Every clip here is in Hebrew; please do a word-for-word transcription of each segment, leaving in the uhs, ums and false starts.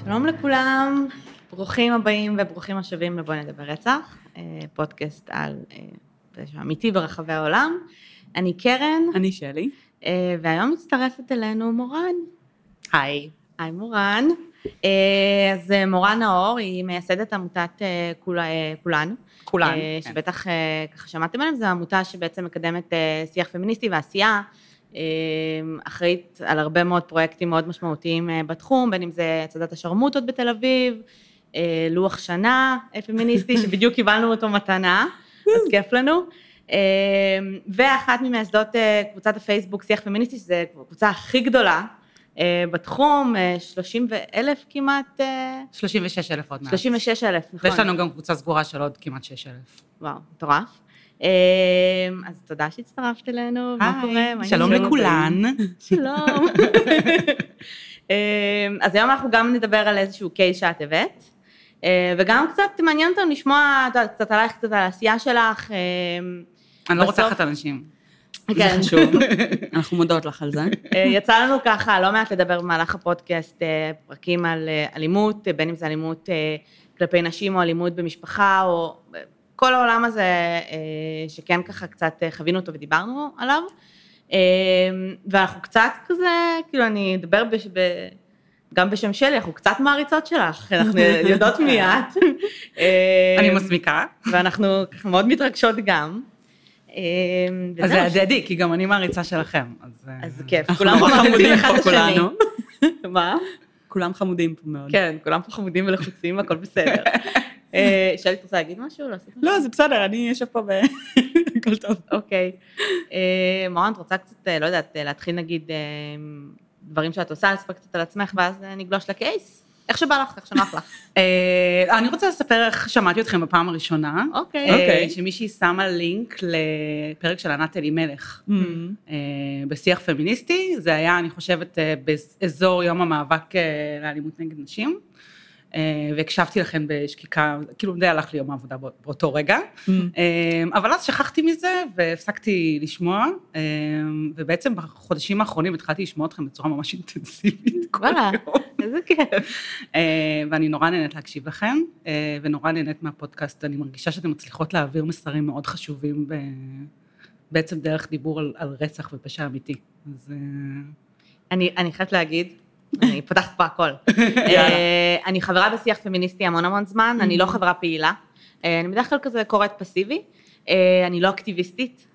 שלום לכולם, ברוכים הבאים וברוכים השבים לבוא נדבר רצח, פודקאסט על אמיתי ברחבי העולם. אני קרן. אני שלי. והיום מצטרפת אלינו מורן. היי. היי מורן. אז מורן נאור, היא מייסדת עמותת כולן. כולן. שבטח ככה שמעתם עליהם, זו עמותה שבעצם מקדמת שיח פמיניסטי ועשייה, אחראית על הרבה מאוד פרויקטים מאוד משמעותיים בתחום, בין אם זה צעדת השרמוטות בתל אביב, לוח שנה פמיניסטי, שבדיוק קיבלנו אותו מתנה, אז כיף לנו, ואחת ממייסדות קבוצת הפייסבוק שיח פמיניסטי, שזו הקבוצה הכי גדולה בתחום, שלושים אלף כמעט, שלושים ושש אלף עוד מעט. שלושים ושש אלף, נכון. ויש לנו גם קבוצה סגורה של עוד כמעט שש אלף. וואו, מטורף. אז תודה שהצטרפת אלינו, מה קורה? שלום לכולן. שלום. אז היום אנחנו גם נדבר על איזשהו קייס שאת הבאת, וגם קצת מעניין אותנו לשמוע קצת עלייך, קצת על העשייה שלך. אני לא רוצה לקחת אנשים. זה חשוב. אנחנו מודעות לך על זה. יצא לנו ככה לא מעט לדבר במהלך הפודקאסט, פרקים על אלימות, בין אם זה אלימות כלפי נשים או אלימות במשפחה, או כל העולם הזה שכן ככה קצת חווינו אותו ודיברנו עליו, ואנחנו קצת כזה, כאילו אני אדבר גם בשם שלי, אנחנו קצת מעריצות שלך, אנחנו יודעות מי את. אני מסמיקה. ואנחנו מאוד מתרגשות גם. אז זה הדדי, כי גם אני מעריצה שלכם. אז כיף, כולם פה חמודים אחד לשני. מה? כולם חמודים פה מאוד. כן, כולם פה חמודים ולחוצים, הכל בסדר. שלי, אתה רוצה להגיד משהו? לא, זה בסדר, אני יושב פה בכל טוב. אוקיי. מורן, את רוצה קצת, לא יודעת, להתחיל נגיד דברים שאת עושה, לספר קצת על עצמך, ואז נגלוש לקייס? איך שבא לך, איך שנוח לך? אני רוצה לספר איך שמעתי אתכם בפעם הראשונה. אוקיי. שמישהי שמה לינק לפרק של ענת אלימלך, בשיח פמיניסטי, זה היה, אני חושבת, באזור יום המאבק לאלימות נגד נשים, והקשבתי לכם בשקיקה, כאילו די הלך לי יום העבודה באותו רגע, אבל אז שכחתי מזה והפסקתי לשמוע, ובעצם בחודשים האחרונים התחלתי לשמוע אתכם בצורה ממש אינטנסיבית. וואלה, איזה כיף. ואני נורא נהנית להקשיב לכם, ונורא נהנית מהפודקאסט, אני מרגישה שאתם מצליחות להעביר מסרים מאוד חשובים, בעצם דרך דיבור על, על רצח ופשע אמיתי. אז אני, אני חייבת להגיד, אני פותחת פה הכל. אני חברה בשיח פמיניסטי המון המון זמן, אני לא חברה פעילה, אני בדרך כלל כזה קוראת פסיבי, אני לא אקטיביסטית.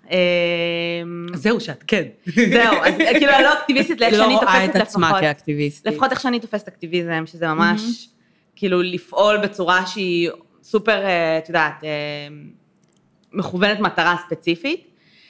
זהו שאת, כן. זהו, אז כאילו אני לא אקטיביסטית, לאיך שאני תופסת לפחות. לא רואה את עצמה כאקטיביסטית. לפחות איך שאני תופסת אקטיביזם, שזה ממש כאילו לפעול בצורה שהיא סופר, את יודעת, מכוונת מטרה ספציפית.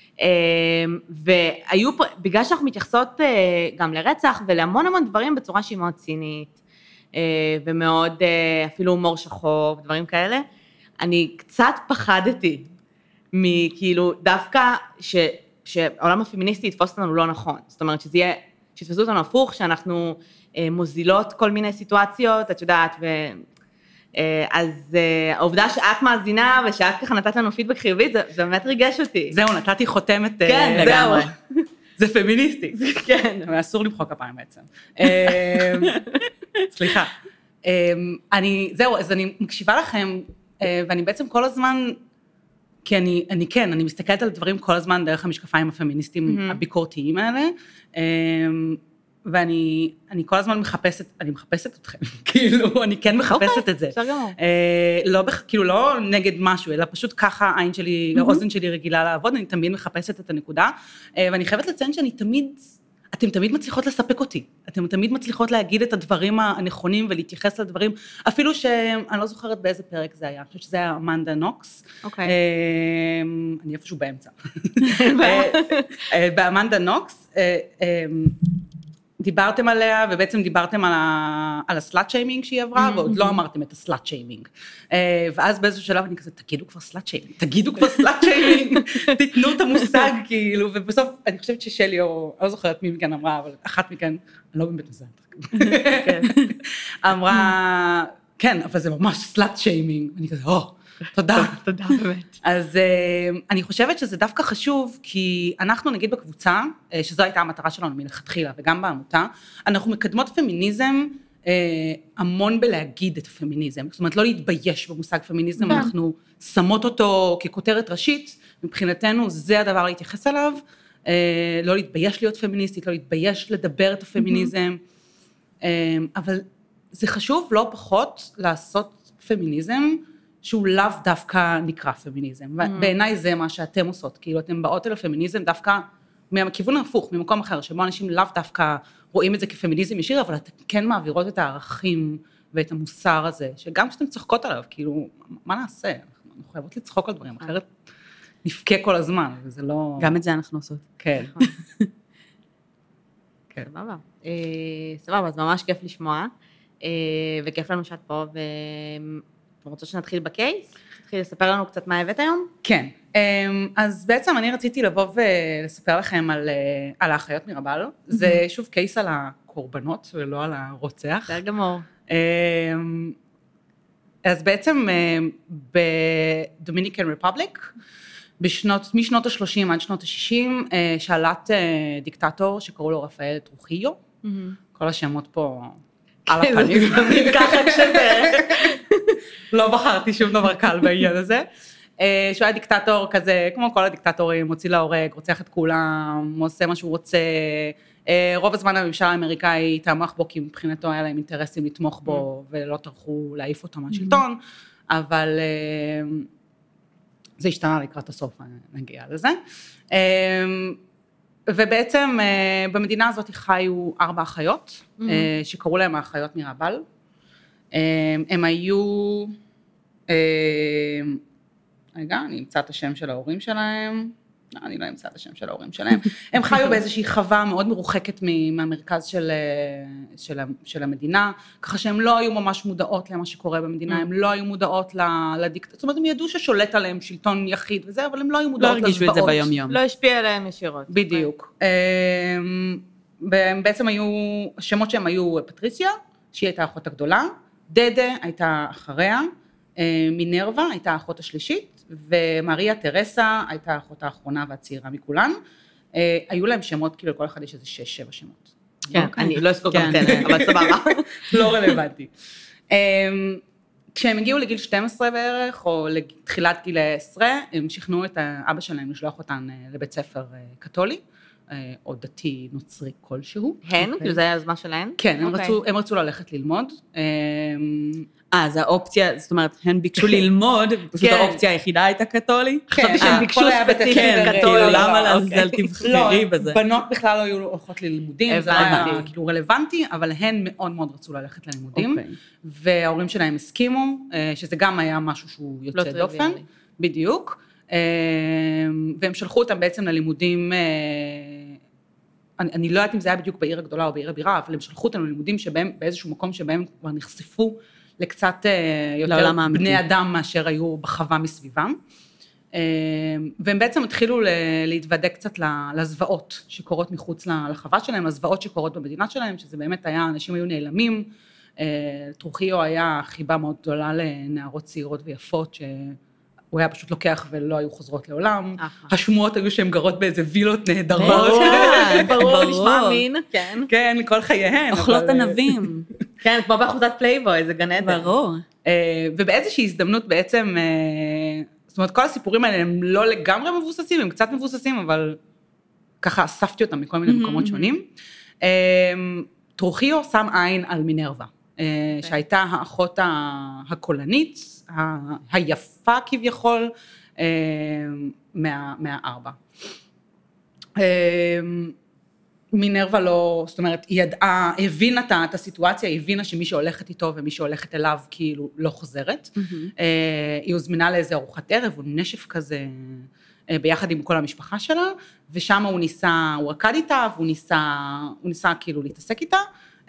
והיו פה, בגלל שאנחנו מתייחסות גם לרצח ולהמון המון דברים בצורה שהיא מאוד צינית, ומאוד אפילו הומור שחור ודברים כאלה, אני קצת פחדתי מכאילו דווקא ש, שהעולם הפמיניסטי יתפוס אותנו לא נכון, זאת אומרת שזה יהיה, שיתפסו אותנו הפוך, שאנחנו מוזילות כל מיני סיטואציות, את יודעת, ו... אז העובדה שאת מאזינה ושאת ככה נתת לנו פידבק חיובי, זה באמת ריגש אותי. זהו, נתתי חותמת כן, לגמרי. זה פמיניסטי. כן. אסור למחוא כפיים בעצם. סליחה. אני, זהו, אז אני מקשיבה לכם, ואני בעצם כל הזמן, כי אני, אני כן, אני מסתכלת על דברים כל הזמן דרך המשקפיים הפמיניסטיים הביקורתיים האלה, ואני, אני כל הזמן מחפשת, אני מחפשת אתכם, כאילו, אני כן מחפשת את זה. בסדר גמור. לא, כאילו, לא נגד משהו, אלא פשוט ככה העין שלי, האוזן שלי רגילה לעבוד, אני תמיד מחפשת את הנקודה, ואני חייבת לציין שאני תמיד, אתם תמיד מצליחות לספק אותי, אתם תמיד מצליחות להגיד את הדברים הנכונים ולהתייחס לדברים, אפילו שאני לא זוכרת באיזה פרק זה היה, אני חושבת שזה היה אמנדה נוקס, אוקיי. אני איפשהו באמצע. באמנדה נוקס, דיברתם עליה, ובעצם דיברתם על, ה... על הסלאט שיימינג שהיא עברה, ועוד לא אמרתם את הסלאט שיימינג. ואז באיזשהו שלב אני כזה, תגידו כבר סלאט שיימינג, תגידו כבר סלאט שיימינג, תיתנו את המושג, כאילו, ובסוף, אני חושבת ששלי, או לא זוכרת מי מכן אמרה, אבל אחת מכן, אני לא באמת מזהת, אמרה, כן, אבל זה ממש סלאט שיימינג, ואני כזה, או, תודה. תודה, באמת. אז אני חושבת שזה דווקא חשוב, כי אנחנו נגיד בקבוצה, שזו הייתה המטרה שלנו מלכתחילה, וגם בעמותה, אנחנו מקדמות פמיניזם המון בלהגיד את הפמיניזם, זאת אומרת, לא להתבייש במושג פמיניזם, אנחנו שמות אותו ככותרת ראשית, מבחינתנו זה הדבר להתייחס אליו, לא להתבייש להיות פמיניסטית, לא להתבייש לדבר את הפמיניזם, אבל זה חשוב לא פחות לעשות פמיניזם, שהוא לאו דווקא נקרא פמיניזם, ובעיניי זה מה שאתם עושות, כאילו אתם באות אל הפמיניזם דווקא מהכיוון ההפוך, ממקום אחר, שבו אנשים לאו דווקא רואים את זה כפמיניזם ישיר, אבל אתם כן מעבירות את הערכים ואת המוסר הזה, שגם כשאתם צוחקות עליו, כאילו, מה נעשה? אנחנו חייבות לצחוק על דברים, אחרת נפקה כל הזמן, וזה לא... גם את זה אנחנו עושות. כן. סבבה. סבבה, אז ממש כיף לשמוע, וכיף לנו שאת פה, ואתם רוצות שנתחיל בקייס? תתחיל לספר לנו קצת מה הבאת היום? כן. אז בעצם אני רציתי לבוא ולספר לכם על, על האחיות מרבל. זה שוב קייס על הקורבנות ולא על הרוצח. זה גמור. אז בעצם בדומיניקן רפובליק, בשנות, משנות ה-שלושים עד שנות ה-שישים, שלט דיקטטור שקראו לו רפאל טרוחיו. כל השמות פה על הפנים. ככה כשזה. לא בחרתי שום דבר קל בעניין הזה. שהוא היה דיקטטור כזה, כמו כל הדיקטטורים, מוציא להורג, רוצח את כולם, עושה מה שהוא רוצה. רוב הזמן הממשל האמריקאי תמך בו, כי מבחינתו היה להם אינטרסים לתמוך בו, ולא טרחו להעיף אותו מהשלטון, אבל זה השתנה לקראת הסוף, נגיע לזה. ובעצם במדינה הזאת חיו ארבע אחיות, שקראו להם האחיות מרבל. הם היו... רגע, אני אמצא את השם של ההורים שלהם, לא, אני לא אמצא את השם של ההורים שלהם, הם חיו באיזושהי חווה מאוד מרוחקת מהמרכז של, של, של המדינה, ככה שהם לא היו ממש מודעות למה שקורה במדינה, הם לא היו מודעות לדיקטטור, זאת אומרת, הם ידעו ששולט עליהם שלטון יחיד וזה, אבל הם לא היו מודעות לזוועות. לא הרגישו את זה ביום יום. לא השפיע עליהם ישירות. בדיוק. בעצם היו, השמות שהם היו פטריסיה, שהיא הייתה האחות הגדולה, דדה הייתה אחריה, מינרווה הייתה האחות השלישית, ומריה טרסה הייתה האחות האחרונה והצעירה מכולן. היו להם שמות, כאילו לכל אחד יש איזה שש, שבע שמות. כן, אני לא אזכור גם כן, אבל סבבה. לא רלוונטי. כשהם הגיעו לגיל שתים עשרה בערך, או לתחילת גיל עשרה, הם שכנעו את האבא שלהם לשלוח אותן לבית ספר קתולי, או דתי נוצרי כלשהו. הן? כאילו זה היה הזמה שלהן? כן, הם רצו ללכת ללמוד. אה, אז האופציה, זאת אומרת, הן ביקשו ללמוד, פשוט האופציה היחידה הייתה קתולי? חשבתי שהן ביקשו ספציפית קתולי. למה לעזל תבחרי בזה? בנות בכלל לא היו הולכות ללימודים, זה היה כאילו רלוונטי, אבל הן מאוד מאוד רצו ללכת ללימודים, וההורים שלהם הסכימו, שזה גם היה משהו שהוא יוצא דופן, בדיוק, והם שלחו אותם בעצם ללימודים, אני לא יודעת אם זה היה בדיוק בעיר הגדולה או בעיר הבירה, אבל הם שלחו אותם ללימודים שבהם, באיזשהו מקום שבהם כבר נחשפו, לקצת יותר בני אדם מאשר היו בחווה מסביבם, והם בעצם התחילו להתוודק קצת לזוועות שקורות מחוץ לחווה שלהם, לזוועות שקורות במדינה שלהם, שזה באמת היה, אנשים היו נעלמים, טרוחיו היה חיבה מאוד גדולה לנערות צעירות ויפות, שהוא היה פשוט לוקח ולא היו חוזרות לעולם, השמועות היו שהן גרות באיזה וילות נהדרות, ברור, נשמע אמין, כן. כן, כל חייהן. אוכלות ענבים. כן, כמו באחוזת פלייבוי, זה גן עדן. ברור. ובאיזושהי הזדמנות בעצם, זאת אומרת, כל הסיפורים האלה הם לא לגמרי מבוססים, הם קצת מבוססים, אבל ככה אספתי אותם מכל מיני מקומות שונים. טרוחיו שם עין על מינרווה, שהייתה האחות הקולנית, היפה כביכול, מהארבע. מינרווה לא, זאת אומרת, היא ידעה, הבינה את הסיטואציה, היא הבינה שמי שהולכת איתו ומי שהולכת אליו כאילו לא חוזרת. היא הוזמנה לאיזה ארוחת ערב, הוא נשף כזה ביחד עם כל המשפחה שלה, ושם הוא ניסה, הוא רקד איתה, והוא ניסה, הוא ניסה כאילו להתעסק איתה,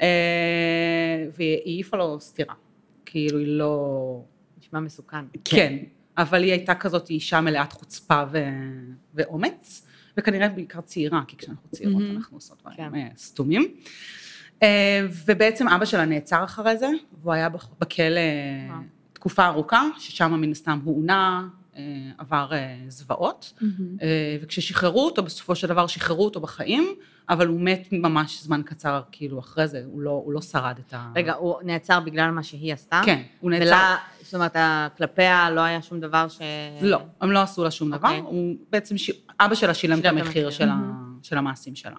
והיא העיפה לו סתירה. כאילו היא לא... נשמע מסוכן. כן, אבל היא הייתה כזאת אישה מלאת חוצפה ואומץ, וכנראה בעיקר צעירה, כי כשאנחנו צעירות אנחנו עושות דברים סתומים. ובעצם אבא שלה נעצר אחרי זה, והוא היה בכלא תקופה ארוכה, ששם מן הסתם הוא עונה, עבר זוועות, וכששחררו אותו, בסופו של דבר שחררו אותו בחיים, אבל הוא מת ממש זמן קצר, כאילו אחרי זה, הוא לא, הוא לא שרד את ה... רגע, הוא נעצר בגלל מה שהיא עשתה? כן, הוא נעצר. ולה, זאת אומרת, כלפיה לא היה שום דבר ש... לא, הם לא עשו לה שום דבר, אוקיי. הוא בעצם, ש... אבא שלה שילם את המחיר של, ה... של המעשים שלה.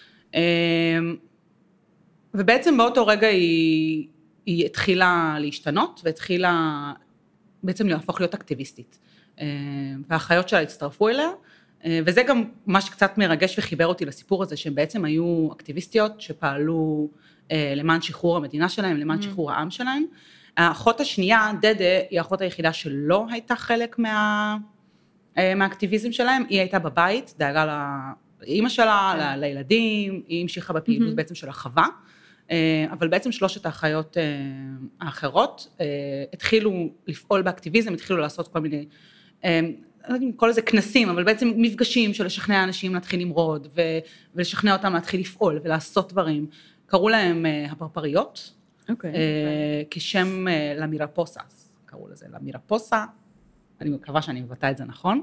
ובעצם באותו רגע היא, היא התחילה להשתנות, והתחילה בעצם להפוך להיות אקטיביסטית. והאחיות שלה הצטרפו אליה, וזה גם מה שקצת מרגש וחיבר אותי לסיפור הזה, שהם בעצם היו אקטיביסטיות שפעלו למען שחרור המדינה שלהם, למען שחרור העם שלהם. האחות השנייה, דדה, היא האחות היחידה שלא הייתה חלק מה, מהאקטיביזם שלהם, היא הייתה בבית, דאגה לאמא שלה, לילדים, היא המשיכה בפעילות בעצם של החווה, אבל בעצם שלושת האחיות האחרות התחילו לפעול באקטיביזם, התחילו לעשות כל מיני, לא יודעים, כל איזה כנסים, אבל בעצם מפגשים של לשכנע אנשים להתחיל למרוד, ולשכנע אותם להתחיל לפעול ולעשות דברים. קראו להם הפרפריות, כשם למירפוסה, קראו לזה למירפוסה, אני מקווה שאני מבטא את זה נכון,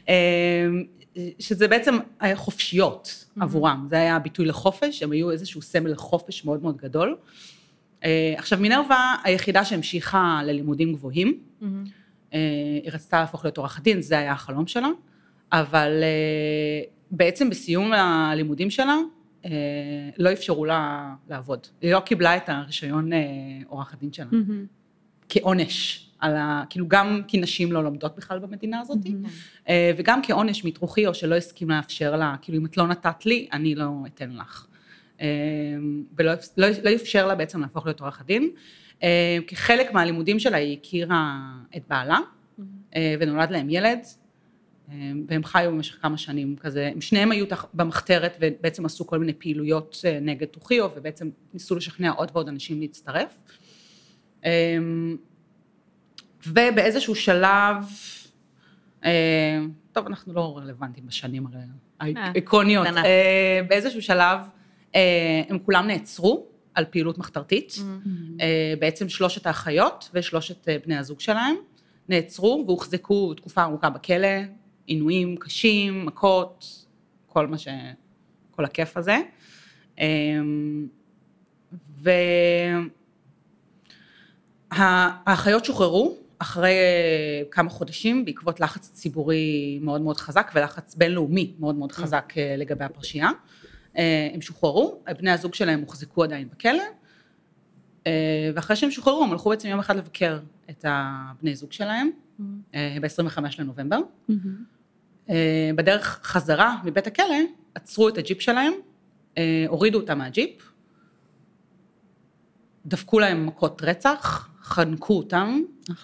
שזה בעצם היה חופשיות עבורם, זה היה ביטוי לחופש, הם היו איזשהו סמל לחופש מאוד מאוד גדול. עכשיו, מינרווה, היחידה שהמשיכה ללימודים גבוהים, היא רצתה להפוך להיות עורכת דין, זה היה החלום שלה, אבל בעצם בסיום הלימודים שלה, לא אפשרו לה לעבוד. היא לא קיבלה את הרישיון עורכת דין שלה, כעונש, על ה, כאילו גם כי נשים לא לומדות בכלל במדינה הזאת, וגם כעונש מתרוחי, או שלא הסכים לאפשר לה, כאילו אם את לא נתת לי, אני לא אתן לך. ולא לא, לא אפשר לה בעצם להפוך להיות עורכת דין, כחלק מהלימודים שלה היא הכירה את בעלה, ונולד להם ילד, והם חיו במשך כמה שנים כזה, שניהם היו במחתרת ובעצם עשו כל מיני פעילויות נגד טרוחיו, ובעצם ניסו לשכנע עוד ועוד אנשים להצטרף. ובאיזשהו שלב, טוב, אנחנו לא רלוונטיים בשנים האיקוניות, באיזשהו שלב הם כולם נעצרו על פעילות מחתרתית, בעצם שלושת האחיות ושלושת בני הזוג שלהם נעצרו והוחזקו תקופה ארוכה בכלא, עינויים קשים, מכות, כל מה ש... כל הכיף הזה. והאחיות שוחררו אחרי כמה חודשים בעקבות לחץ ציבורי מאוד מאוד חזק ולחץ בינלאומי מאוד מאוד חזק לגבי הפרשייה. הם שוחררו, בני הזוג שלהם הוחזקו עדיין בכלא, ואחרי שהם שוחררו, הם הלכו בעצם יום אחד לבקר את הבני זוג שלהם, ב-עשרים וחמישה לנובמבר. בדרך חזרה מבית הכלא, עצרו את הג'יפ שלהם, הורידו אותם מהג'יפ, דפקו להם מכות רצח, חנקו אותם,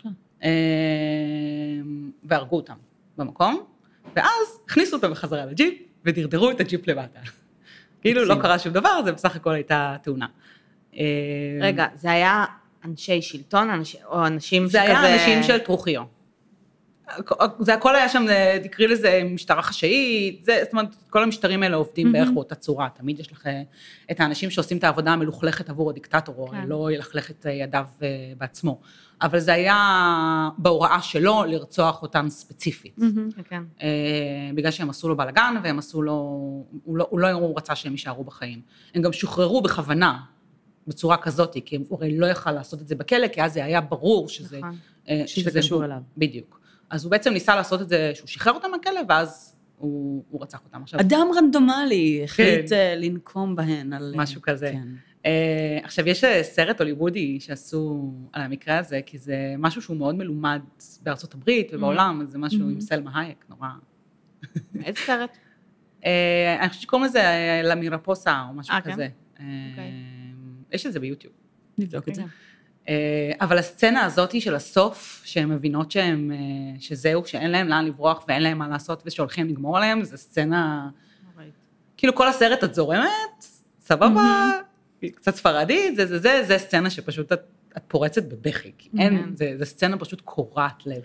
והרגו אותם במקום, ואז הכניסו אותם בחזרה לג'יפ, ודרדרו את הג'יפ למטה. כאילו לא קרה שום דבר, זה בסך הכל הייתה תאונה. רגע, זה היה אנשי שלטון, או אנשים שכזה... זה היה אנשים של טרוחיו. זה הכל היה שם, תקראי לזה משטרה חשאית, זאת אומרת, כל המשטרים האלה עובדים בערך באותה צורה, תמיד יש לך את האנשים שעושים את העבודה המלוכלכת עבור הדיקטטור, או לא ילכלך את ידיו בעצמו, אבל זה היה בהוראה שלו לרצוח אותם ספציפית, בגלל שהם עשו לו בלגן, והם עשו לו, הוא לא רצה שהם יישארו בחיים, הם גם שוחררו בכוונה, בצורה כזאת, כי הוא הרי לא יכל לעשות את זה בכלא, כי אז זה היה ברור שזה... שזה קשור אליו. בדיוק. אז הוא בעצם ניסה לעשות את זה, שהוא שחרר אותם מהכלא, ואז הוא, הוא רצח אותם. עכשיו, אדם רנדומלי החליט כן. לנקום בהן על... משהו כזה. כן. Uh, עכשיו, יש סרט הוליוודי שעשו על המקרה הזה, כי זה משהו שהוא מאוד מלומד בארצות הברית ובעולם, אז זה משהו עם סלמה הייק, נורא... איזה סרט? Uh, אני חושבת שקוראים לזה למירפוסה או משהו כזה. אוקיי. יש את זה ביוטיוב. נבדוק את זה. אבל הסצנה הזאת של הסוף, שהן מבינות שהם, שזהו, שאין להם לאן לברוח ואין להם מה לעשות ושהולכים לגמור עליהם, זו סצנה, כאילו כל הסרט את זורמת, סבבה, קצת ספרדית, זה, זה, זה, זה סצנה שפשוט את, את פורצת בבכי, כי אין, זה, זה סצנה פשוט קורעת לב.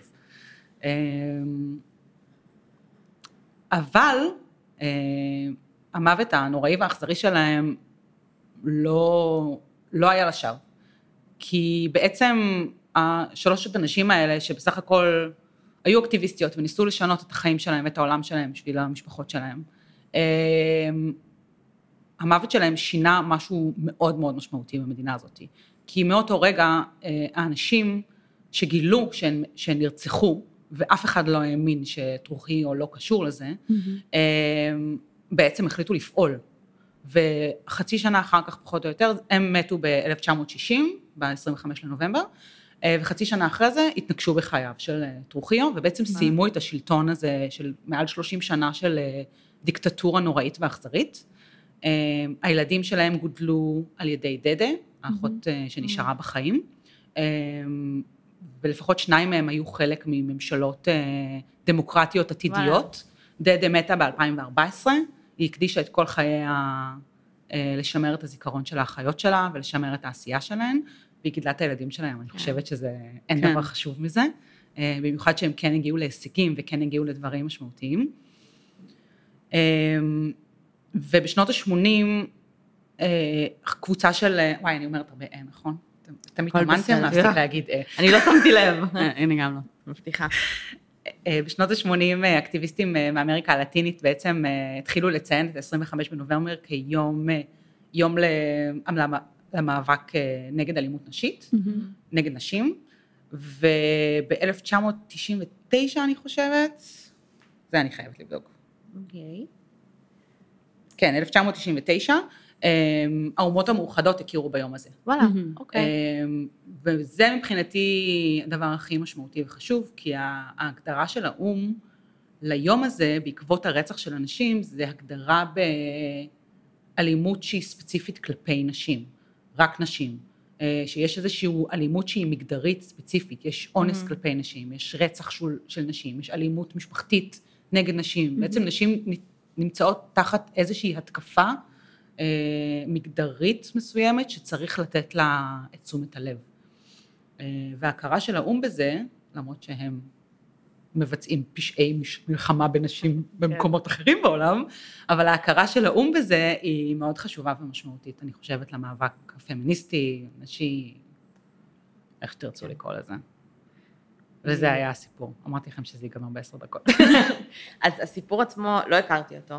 אבל המוות הנוראי והאכזרי שלהם לא, לא היה לשווא. כי בעצם שלושת הנשים האלה, שבסך הכל היו אקטיביסטיות וניסו לשנות את החיים שלהם ואת העולם שלהם בשביל המשפחות שלהם. המוות שלהם שינה משהו מאוד מאוד משמעותי במדינה הזאת, כי מאותו רגע האנשים שגילו שהן, שהן נרצחו, ואף אחד לא האמין שטרוחי או לא קשור לזה, mm-hmm. בעצם החליטו לפעול. וחצי שנה אחר כך, פחות או יותר, הם מתו ב-אלף תשע מאות שישים, ב-עשרים וחמישה לנובמבר, וחצי שנה אחרי זה התנגשו בחייו של טרוחיו, ובעצם סיימו את השלטון הזה של מעל שלושים שנה של דיקטטורה נוראית ואכזרית. הילדים שלהם גודלו על ידי דדה, האחות שנשארה בחיים, ולפחות שניים מהם היו חלק מממשלות דמוקרטיות עתידיות. דדה מתה ב-אלפיים וארבע עשרה, היא הקדישה את כל חייה לשמר את הזיכרון של האחיות שלה, ולשמר את העשייה שלהן, והיא גידלה את הילדים שלהם. אני חושבת שזה אין דבר חשוב מזה, במיוחד שהם כן הגיעו להישגים, וכן הגיעו לדברים משמעותיים. ובשנות ה-שמונים, קבוצה של, וואי, אני אומרת הרבה אה, נכון? אתם מתאמנתם להפסיק להגיד אה. אני לא שמתי לב. אני גם לא. מבטיחה. בשנות ה-שמונים, אקטיביסטים מאמריקה הלטינית בעצם התחילו לציין את עשרים וחמישה בנובמבר כיום יום למאבק נגד אלימות נשית, נגד נשים, וב-אלף תשע מאות תשעים ותשע, אני חושבת, זה אני חייבת לבדוק. אוקיי. כן, אלף תשע מאות תשעים ותשע, האומות המאוחדות הכירו ביום הזה. וואלה, אוקיי. וזה מבחינתי הדבר הכי משמעותי וחשוב, כי ההגדרה של האום ליום הזה, בעקבות הרצח של אנשים, זה הגדרה באלימות שהיא ספציפית כלפי נשים, רק נשים, שיש איזושהי אלימות שהיא מגדרית ספציפית, יש אונס כלפי נשים, יש רצח של נשים, יש אלימות משפחתית נגד נשים, בעצם נשים נמצאות תחת איזושהי התקפה, מגדרית מסוימת שצריך לתת לה את תשומת הלב. וההכרה של האום בזה, למרות שהם מבצעים פשעי מלחמה בנשים במקומות אחרים בעולם, אבל ההכרה של האום בזה היא מאוד חשובה ומשמעותית, אני חושבת, למאבק הפמיניסטי, נשי, איך שתרצו לקרוא לזה. וזה היה הסיפור. אמרתי לכם שזה ייגמר בעשר דקות. אז הסיפור עצמו, לא הכרתי אותו.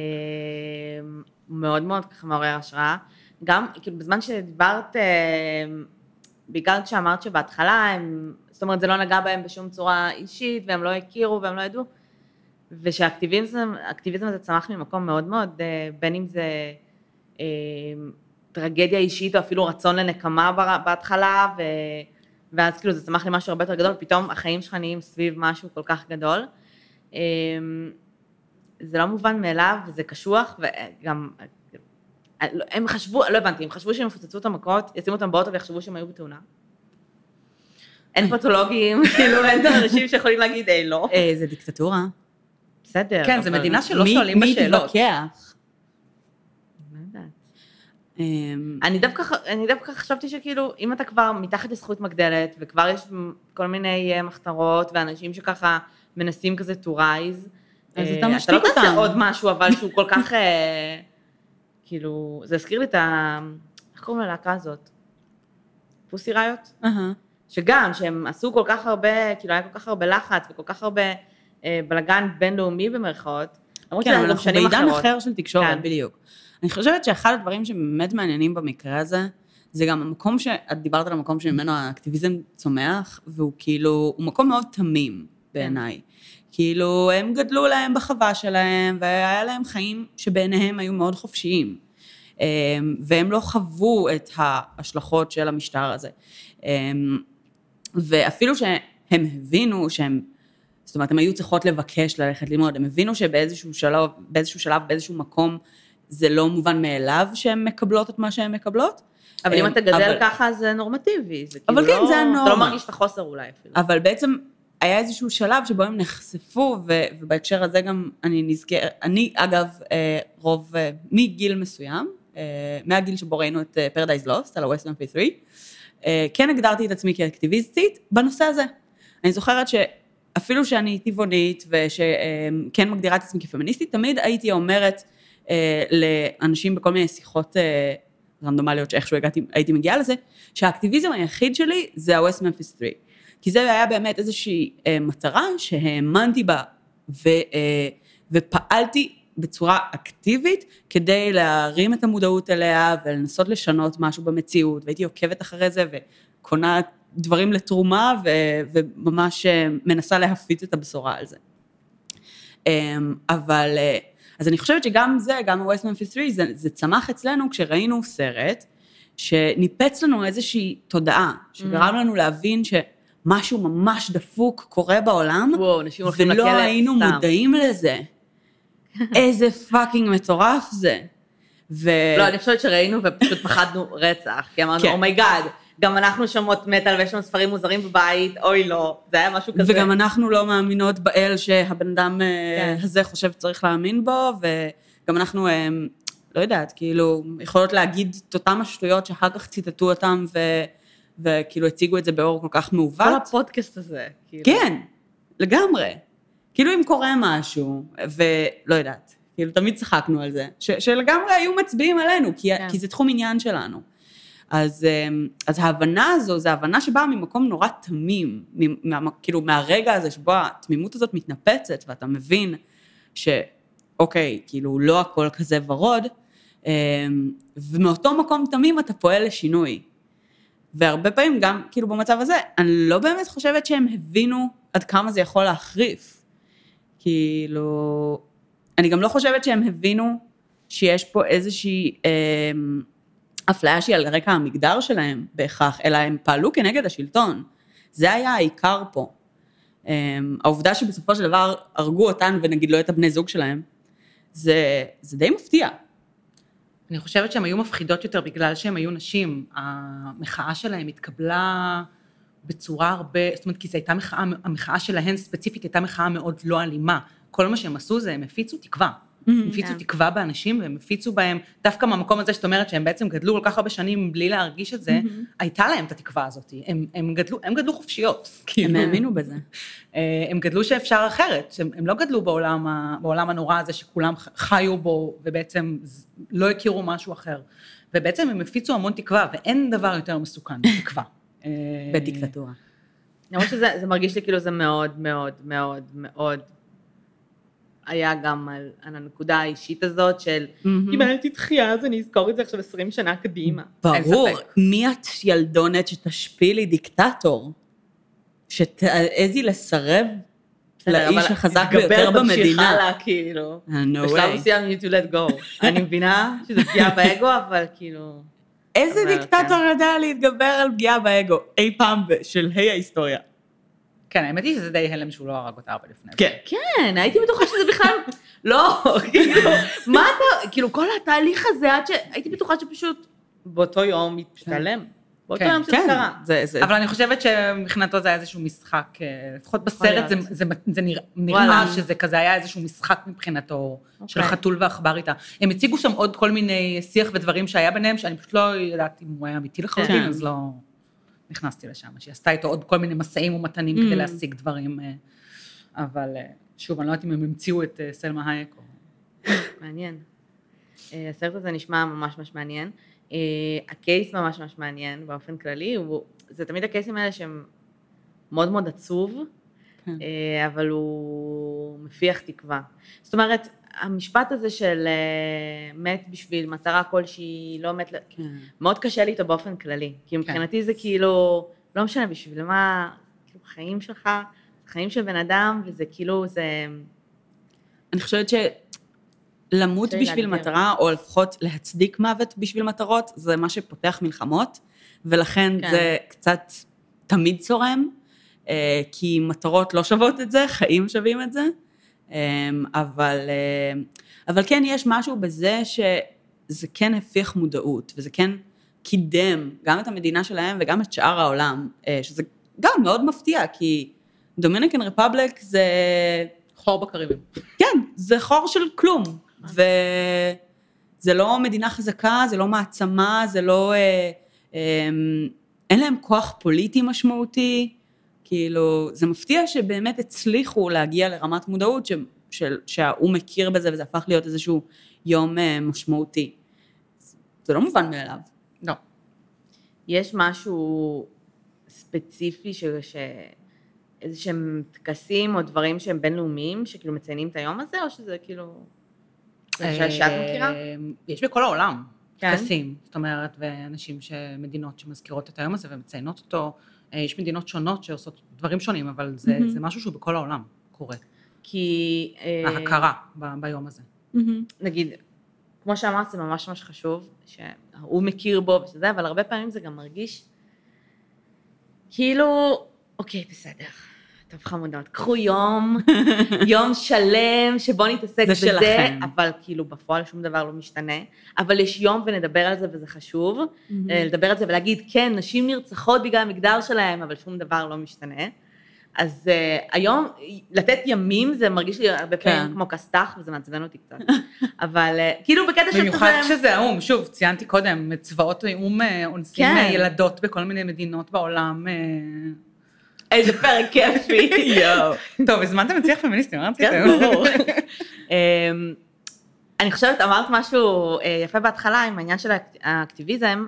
מאוד מאוד ככה מעורר השראה. גם, כאילו, בזמן שדיברת, בעיקר כשאמרת שבהתחלה, הם, זאת אומרת, זה לא נגע בהם בשום צורה אישית, והם לא הכירו והם לא ידעו, ושהאקטיביזם, האקטיביזם הזה צמח ממקום מאוד מאוד, בין אם זה טרגדיה אישית, או אפילו רצון לנקמה בהתחלה, ו... ואז כאילו זה צמח לי משהו הרבה יותר גדול, ופתאום החיים שלך נהיים סביב משהו כל כך גדול. זה לא מובן מאליו, וזה קשוח, וגם, הם חשבו, לא הבנתי, הם חשבו שהם יפוצצו את המכות, ישימו אותם באוטו ויחשבו שהם היו בתאונה. אין פתולוגים, כאילו אין אנשים שיכולים להגיד, אה, לא. זה דיקטטורה. בסדר. כן, זה מדינה שלא שואלים בשאלות. מי תתווכח? אני דווקא, אני דווקא חשבתי שכאילו, אם אתה כבר מתחת לזכות מגדלת, וכבר יש כל מיני מחתרות, ואנשים שככה מנסים כזה to rise, אז אתה משתיק אותם. אתה לא תעשה עוד משהו, אבל שהוא כל כך, כאילו, זה הזכיר לי את ה... איך קוראים ללהקה הזאת? פוסי ראיות? שגם, שהם עשו כל כך הרבה, כאילו היה כל כך הרבה לחץ, וכל כך הרבה בלגן בינלאומי במרכאות, כן, אנחנו בעידן אחר של תקשורת, בדיוק. אני חושבת שאחד הדברים שבאמת מעניינים במקרה הזה, זה גם המקום שאת דיברת על המקום שממנו האקטיביזם צומח, והוא כאילו, הוא מקום מאוד תמים בעיניי. כאילו, הם גדלו להם בחווה שלהם, והיה להם חיים שבעיניהם היו מאוד חופשיים. והם לא חוו את ההשלכות של המשטר הזה. ואפילו שהם הבינו שהם, זאת אומרת, הם היו צריכות לבקש ללכת ללמוד, הם הבינו שבאיזשהו שלב, באיזשהו שלב, באיזשהו מקום, זה לא מובן מאליו שהן מקבלות את מה שהן מקבלות. אבל אם אתה גדל ככה, זה נורמטיבי. אבל כן, זה הנורמה. אתה לא מרגיש את החוסר אולי אפילו. אבל בעצם היה איזשהו שלב שבו הם נחשפו, ובהקשר הזה גם אני נזכר, אני אגב רוב, מגיל מסוים, מהגיל שבו ראינו את Paradise Lost, על ה-West אמפי תרי, כן הגדרתי את עצמי כאקטיביסטית בנושא הזה. אני זוכרת שאפילו שאני טבעונית, ושכן מגדירה את עצמי כפמיניסטית, תמיד הייתי אומרת, לאנשים בכל מיני שיחות רנדומליות שאיכשהו הגעתי, הייתי מגיעה לזה, שהאקטיביזם היחיד שלי זה ה-West Memphis תרי. כי זה היה באמת איזושהי אה, מטרה שהאמנתי בה, ו, אה, ופעלתי בצורה אקטיבית, כדי להרים את המודעות אליה, ולנסות לשנות משהו במציאות, והייתי עוקבת אחרי זה, וקונה דברים לתרומה, ו, וממש מנסה להפיץ את הבשורה על זה. אבל, אז אני חושבת שגם זה, גם ה-West Memphis שלוש, זה, זה צמח אצלנו, כשראינו סרט, שניפץ לנו איזושהי תודעה, שגרם לנו להבין שמשהו ממש דפוק קורה בעולם, וואו, אנשים הולכים לכלא, ולא היינו סתם. מודעים לזה. איזה פאקינג מטורף זה. ו... לא, אני חושבת שראינו ופשוט פחדנו רצח, כי אמרנו, כן. אומייגאד, גם אנחנו שומעות מטל ויש לנו ספרים מוזרים בבית, אוי לא, זה היה משהו כזה. וגם אנחנו לא מאמינות באל שהבן אדם כן. הזה חושב שצריך להאמין בו, וגם אנחנו, לא יודעת, כאילו, יכולות להגיד את אותם השטויות שאחר כך ציטטו אותם, ו... וכאילו הציגו את זה באור כל כך מעוות. כל הפודקאסט הזה. כאילו. כן, לגמרי. כאילו אם קורה משהו, ולא יודעת, כאילו תמיד צחקנו על זה, ש, שלגמרי היו מצביעים עלינו, כי, כן. כי זה תחום עניין שלנו. אז, אז ההבנה הזו, זו ההבנה שבאה ממקום נורא תמים, מה, כאילו מהרגע הזה שבו התמימות הזאת מתנפצת, ואתה מבין שאוקיי, כאילו לא הכל כזה ורוד, ומאותו מקום תמים אתה פועל לשינוי. והרבה פעמים גם, כאילו במצב הזה, אני לא באמת חושבת שהם הבינו עד כמה זה יכול להחריף. כאילו, אני גם לא חושבת שהם הבינו שיש פה איזושהי אה, אפליה שהיא על רקע המגדר שלהם בהכרח, אלא הם פעלו כנגד השלטון. זה היה העיקר פה. אה, העובדה שבסופו של דבר הרגו אותן ונגיד לא את הבני זוג שלהם, זה, זה די מפתיע. אני חושבת שהן היו מפחידות יותר בגלל שהן היו נשים. המחאה שלהם התקבלה בצורה הרבה, זאת אומרת, כי זו הייתה מחאה, המחאה שלהן ספציפית הייתה מחאה מאוד לא אלימה. כל מה שהם עשו זה, הם הפיצו תקווה. הם הפיצו תקווה באנשים, והם הפיצו בהם, דווקא מהמקום הזה שאת אומרת שהם בעצם גדלו כל כך הרבה שנים בלי להרגיש את זה, הייתה להם את התקווה הזאת. הם, הם גדלו, הם גדלו חופשיות. הם האמינו בזה. הם גדלו שאפשר אחרת, הם לא גדלו בעולם, בעולם הנורא הזה שכולם חיו בו, ובעצם לא הכירו משהו אחר. ובעצם הם הפיצו המון תקווה, ואין דבר יותר מסוכן מתקווה. בדיקטטורה. למרות שזה זה מרגיש לי כאילו זה מאוד מאוד מאוד מאוד, היה גם על, על הנקודה האישית הזאת של, אם אני תתחייה, אז אני אזכור את זה עכשיו עשרים שנה קדימה. ברור, מי את ילדונת שתשפילי דיקטטור? שתעזי לסרב לאיש החזק ביותר במדינה? תמשיכה לה, כאילו. בשלב מסוים you need to let go. אני מבינה שזה פגיעה באגו, אבל כאילו... איזה דיקטטור יודע להתגבר על פגיעה באגו? אי פעם של היי ההיסטוריה. כן, האמת היא שזה די הלם שהוא לא הרג אותה הרבה לפני. כן. כן, הייתי בטוחה שזה בכלל... לא, כאילו, מה אתה... כאילו, כל התהליך הזה, עד שהייתי בטוחה שפשוט באותו יום מתפלם. באותו יום שזה קרה. אבל אני חושבת שמבחינתו זה היה איזשהו משחק, לפחות בסרט זה נראה שזה כזה היה איזשהו משחק מבחינתו, של חתול ועכבר איתה. הם הציגו שם עוד כל מיני שיח ודברים שהיה ביניהם, שאני פשוט לא יודעת אם הוא היה אמיתי לחלוטין, אז לא נכנסתי לשם, שהיא עשתה איתו עוד כל מיני מסעים ומתנים כדי להשיג דברים, אבל שוב, אני לא יודעת אם הם המציאו את סלמה הייק. מעניין. הסרט הזה נשמע ממש ממש מעניין. הקייס ממש ממש מעניין באופן כללי, זה תמיד הקייסים האלה שהם מאוד מאוד עצוב, אבל הוא מפיח תקווה. זאת אומרת, המשפט הזה של מת בשביל מטרה כלשהי, לא מת, מאוד קשה לי איתו באופן כללי, כי מבחינתי זה כאילו, לא משנה בשביל מה, כאילו חיים שלך, חיים של בן אדם, וזה כאילו, זה... אני חושבת ש... למות בשביל מטרה, או לפחות להצדיק מוות בשביל מטרות, זה מה שפותח מלחמות, ולכן זה קצת תמיד צורם, כי מטרות לא שוות את זה, חיים שווים את זה, אבל, אבל כן יש משהו בזה שזה כן הפיח מודעות, וזה כן קידם גם את המדינה שלהם וגם את שאר העולם, שזה גם מאוד מפתיע, כי דומיניקן רפבליק זה... חור בקריבים. כן, זה חור של כלום. וזה לא מדינה חזקה, זה לא מעצמה, זה לא, אה, אה, אין להם כוח פוליטי משמעותי, כאילו, זה מפתיע שבאמת הצליחו להגיע לרמת מודעות, ש, של, שהאום מכיר בזה, וזה הפך להיות איזשהו יום אה, משמעותי. זה לא מובן מאליו. לא. יש משהו ספציפי, ש... ש... איזה שהם טקסים או דברים שהם בינלאומיים, שכאילו מציינים את היום הזה, או שזה כאילו... שאת מכירה? יש בכל העולם כן. טקסים, זאת אומרת, ואנשים שמדינות שמזכירות את היום הזה ומציינות אותו, יש מדינות שונות שעושות דברים שונים, אבל זה, זה משהו שהוא בכל העולם קורה. כי... ההכרה ב- ביום הזה. נגיד, כמו שאמרת, זה ממש ממש חשוב, שהוא מכיר בו ושזה, אבל הרבה פעמים זה גם מרגיש, כאילו, אוקיי, בסדר, טוב חמודות, קחו יום, יום שלם שבו נתעסק בזה, שלכם. אבל כאילו בפועל שום דבר לא משתנה, אבל יש יום ונדבר על זה וזה חשוב, לדבר על זה ולהגיד, כן, נשים נרצחות בגלל המגדר שלהם, אבל שום דבר לא משתנה. אז uh, היום, לתת ימים זה מרגיש לי הרבה פעמים כמו כסתח, וזה מעצבן אותי קצת. אבל uh, כאילו בקטע של כזה... במיוחד כשזה האום, שוב, ציינתי קודם, צבאות האום אונסים כן. ילדות בכל מיני מדינות בעולם. איזה פרק כיפי. יואו. טוב, הזמנתם את שיח פמיניסטי, אמרתי? כן, ברור. אני חושבת, אמרת משהו יפה בהתחלה עם העניין של האקטיביזם,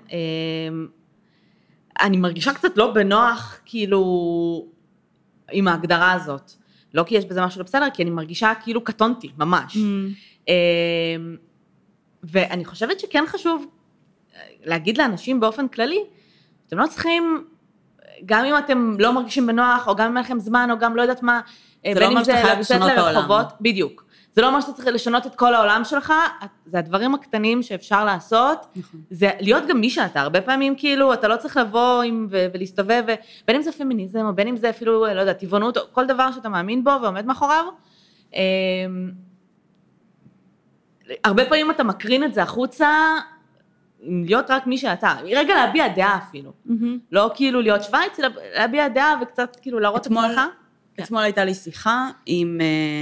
אני מרגישה קצת לא בנוח, כאילו... עם ההגדרה הזאת. לא כי יש בזה משהו לא בסדר, כי אני מרגישה כאילו קטונתי, ממש. Mm. ואני חושבת שכן חשוב להגיד לאנשים באופן כללי, אתם לא צריכים, גם אם אתם לא מרגישים בנוח, או גם אם אין לכם זמן, או גם לא יודעת מה, זה לא אומר שאתה חייב לשנות את העולם. בדיוק. זה לא אומר שאתה צריך לשנות את כל העולם שלך, זה הדברים הקטנים שאפשר לעשות, זה להיות גם מי שאתה, הרבה פעמים כאילו, אתה לא צריך לבוא ולהסתובב, בין אם זה פמיניזם, או בין אם זה אפילו, לא יודע, טבעונות, כל דבר שאתה מאמין בו ועומד מאחוריו, הרבה פעמים אתה מקרין את זה החוצה, להיות רק מי שאתה, רגע להביע דעה אפילו, לא כאילו להיות שוויץ, אלא להביע דעה וקצת כאילו להראות את עצמך. אתמול הייתה לי שיחה עם...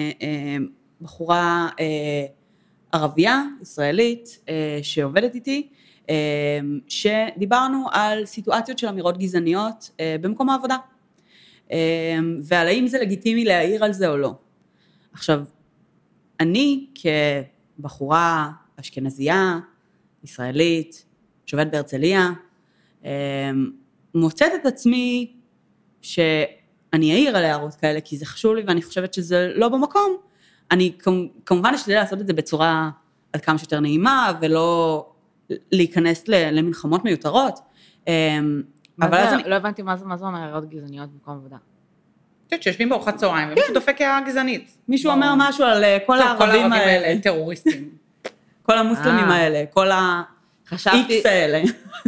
בחורה אה, ערבייה, ישראלית, אה, שעובדת איתי, אה, שדיברנו על סיטואציות של אמירות גזעניות אה, במקום העבודה, אה, ועל האם זה לגיטימי להעיר על זה או לא. עכשיו, אני כבחורה אשכנזייה, ישראלית, שעובדת בהרצליה, אה, מוצאת את עצמי שאני אעיר על הערות כאלה, כי זה חשוב לי ואני חושבת שזה לא במקום, אני כמובן אשתדל לעשות את זה בצורה עד כמה שיותר נעימה, ולא להיכנס למלחמות מיותרות. לא הבנתי מה זה אומר הערות גזעניות במקום עבודה. אני חושבת שיושבים בארוחת צהריים, ומישהו דופק הערה גזענית. מישהו אומר משהו על כל הערבים האלה. טרוריסטים. כל המוסלמים האלה, כל ה-X האלה.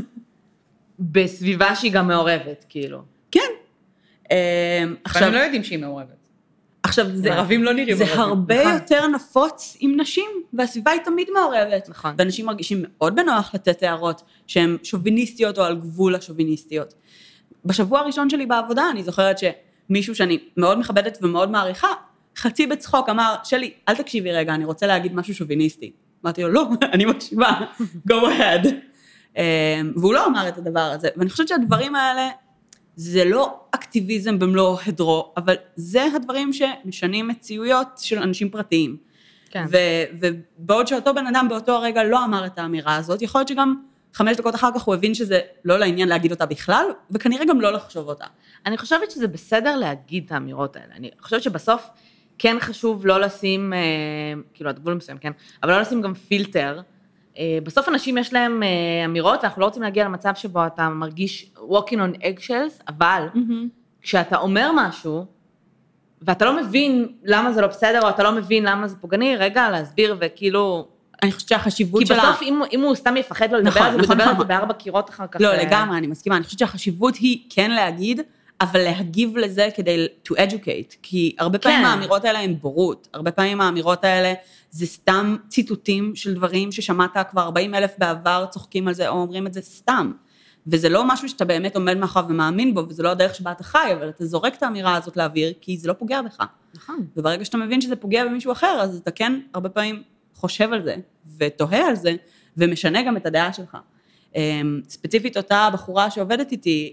בסביבה שהיא גם מעורבת, כאילו. כן. עכשיו, הם לא יודעים שהיא מעורבת. עכשיו, זה, ערבים לא נראים זה ערבים. הרבה נכון. יותר נפוץ עם נשים, והסביבה היא תמיד מעורבת. נכון. ואנשים מרגישים מאוד בנוח לתת הערות שהן שוביניסטיות או על גבול השוביניסטיות. בשבוע הראשון שלי בעבודה, אני זוכרת שמישהו שאני מאוד מכבדת ומאוד מעריכה, חצי בצחוק אמר, שלי, אל תקשיבי רגע, אני רוצה להגיד משהו שוביניסטי. אמרתי לו, לא, אני מקשיבה, go ahead. והוא לא אמר את הדבר הזה, ואני חושבת שהדברים האלה, זה לא אקטיביזם במלוא הדרו, אבל זה הדברים שמשנים מציאויות של אנשים פרטיים. כן. ו- ובעוד שאותו בן אדם באותו הרגע לא אמר את האמירה הזאת, יכול להיות שגם חמש דקות אחר כך הוא הבין שזה לא לעניין להגיד אותה בכלל, וכנראה גם לא לחשוב אותה. אני חושבת שזה בסדר להגיד את האמירות האלה. אני חושבת שבסוף כן חשוב לא לשים, כאילו עד גבול מסוים, כן? אבל לא לשים גם פילטר. בסוף אנשים יש להם אמירות, ואנחנו לא רוצים להגיע למצב שבו אתה מרגיש walking on eggshells, אבל mm-hmm. כשאתה אומר משהו, ואתה לא מבין למה זה לא בסדר, או אתה לא מבין למה זה פוגעני, רגע להסביר וכאילו... אני חושבת שהחשיבות שלה... כי בסוף אם, אם הוא סתם יפחד לו לדבר נכון, על זה, נכון, לדבר נכון. על זה בארבע קירות אחר כך. לא, לגמרי, אני מסכימה. אני חושבת שהחשיבות היא כן להגיד, אבל להגיב לזה כדי to educate, כי הרבה פעמים כן. האמירות האלה הן בורות, הרבה פעמים האמירות האלה זה סתם ציטוטים של דברים ששמעת כבר ארבעים אלף בעבר, צוחקים על זה או אומרים את זה סתם, וזה לא משהו שאתה באמת עומד מאחוריו ומאמין בו, וזה לא הדרך שבה אתה חי, אבל אתה זורק את האמירה הזאת לאוויר, כי זה לא פוגע בך. נכון. וברגע שאתה מבין שזה פוגע במישהו אחר, אז אתה כן הרבה פעמים חושב על זה, ותוהה על זה, ומשנה גם את הדעה שלך. ספציפית אותה בחורה שעובדת איתי,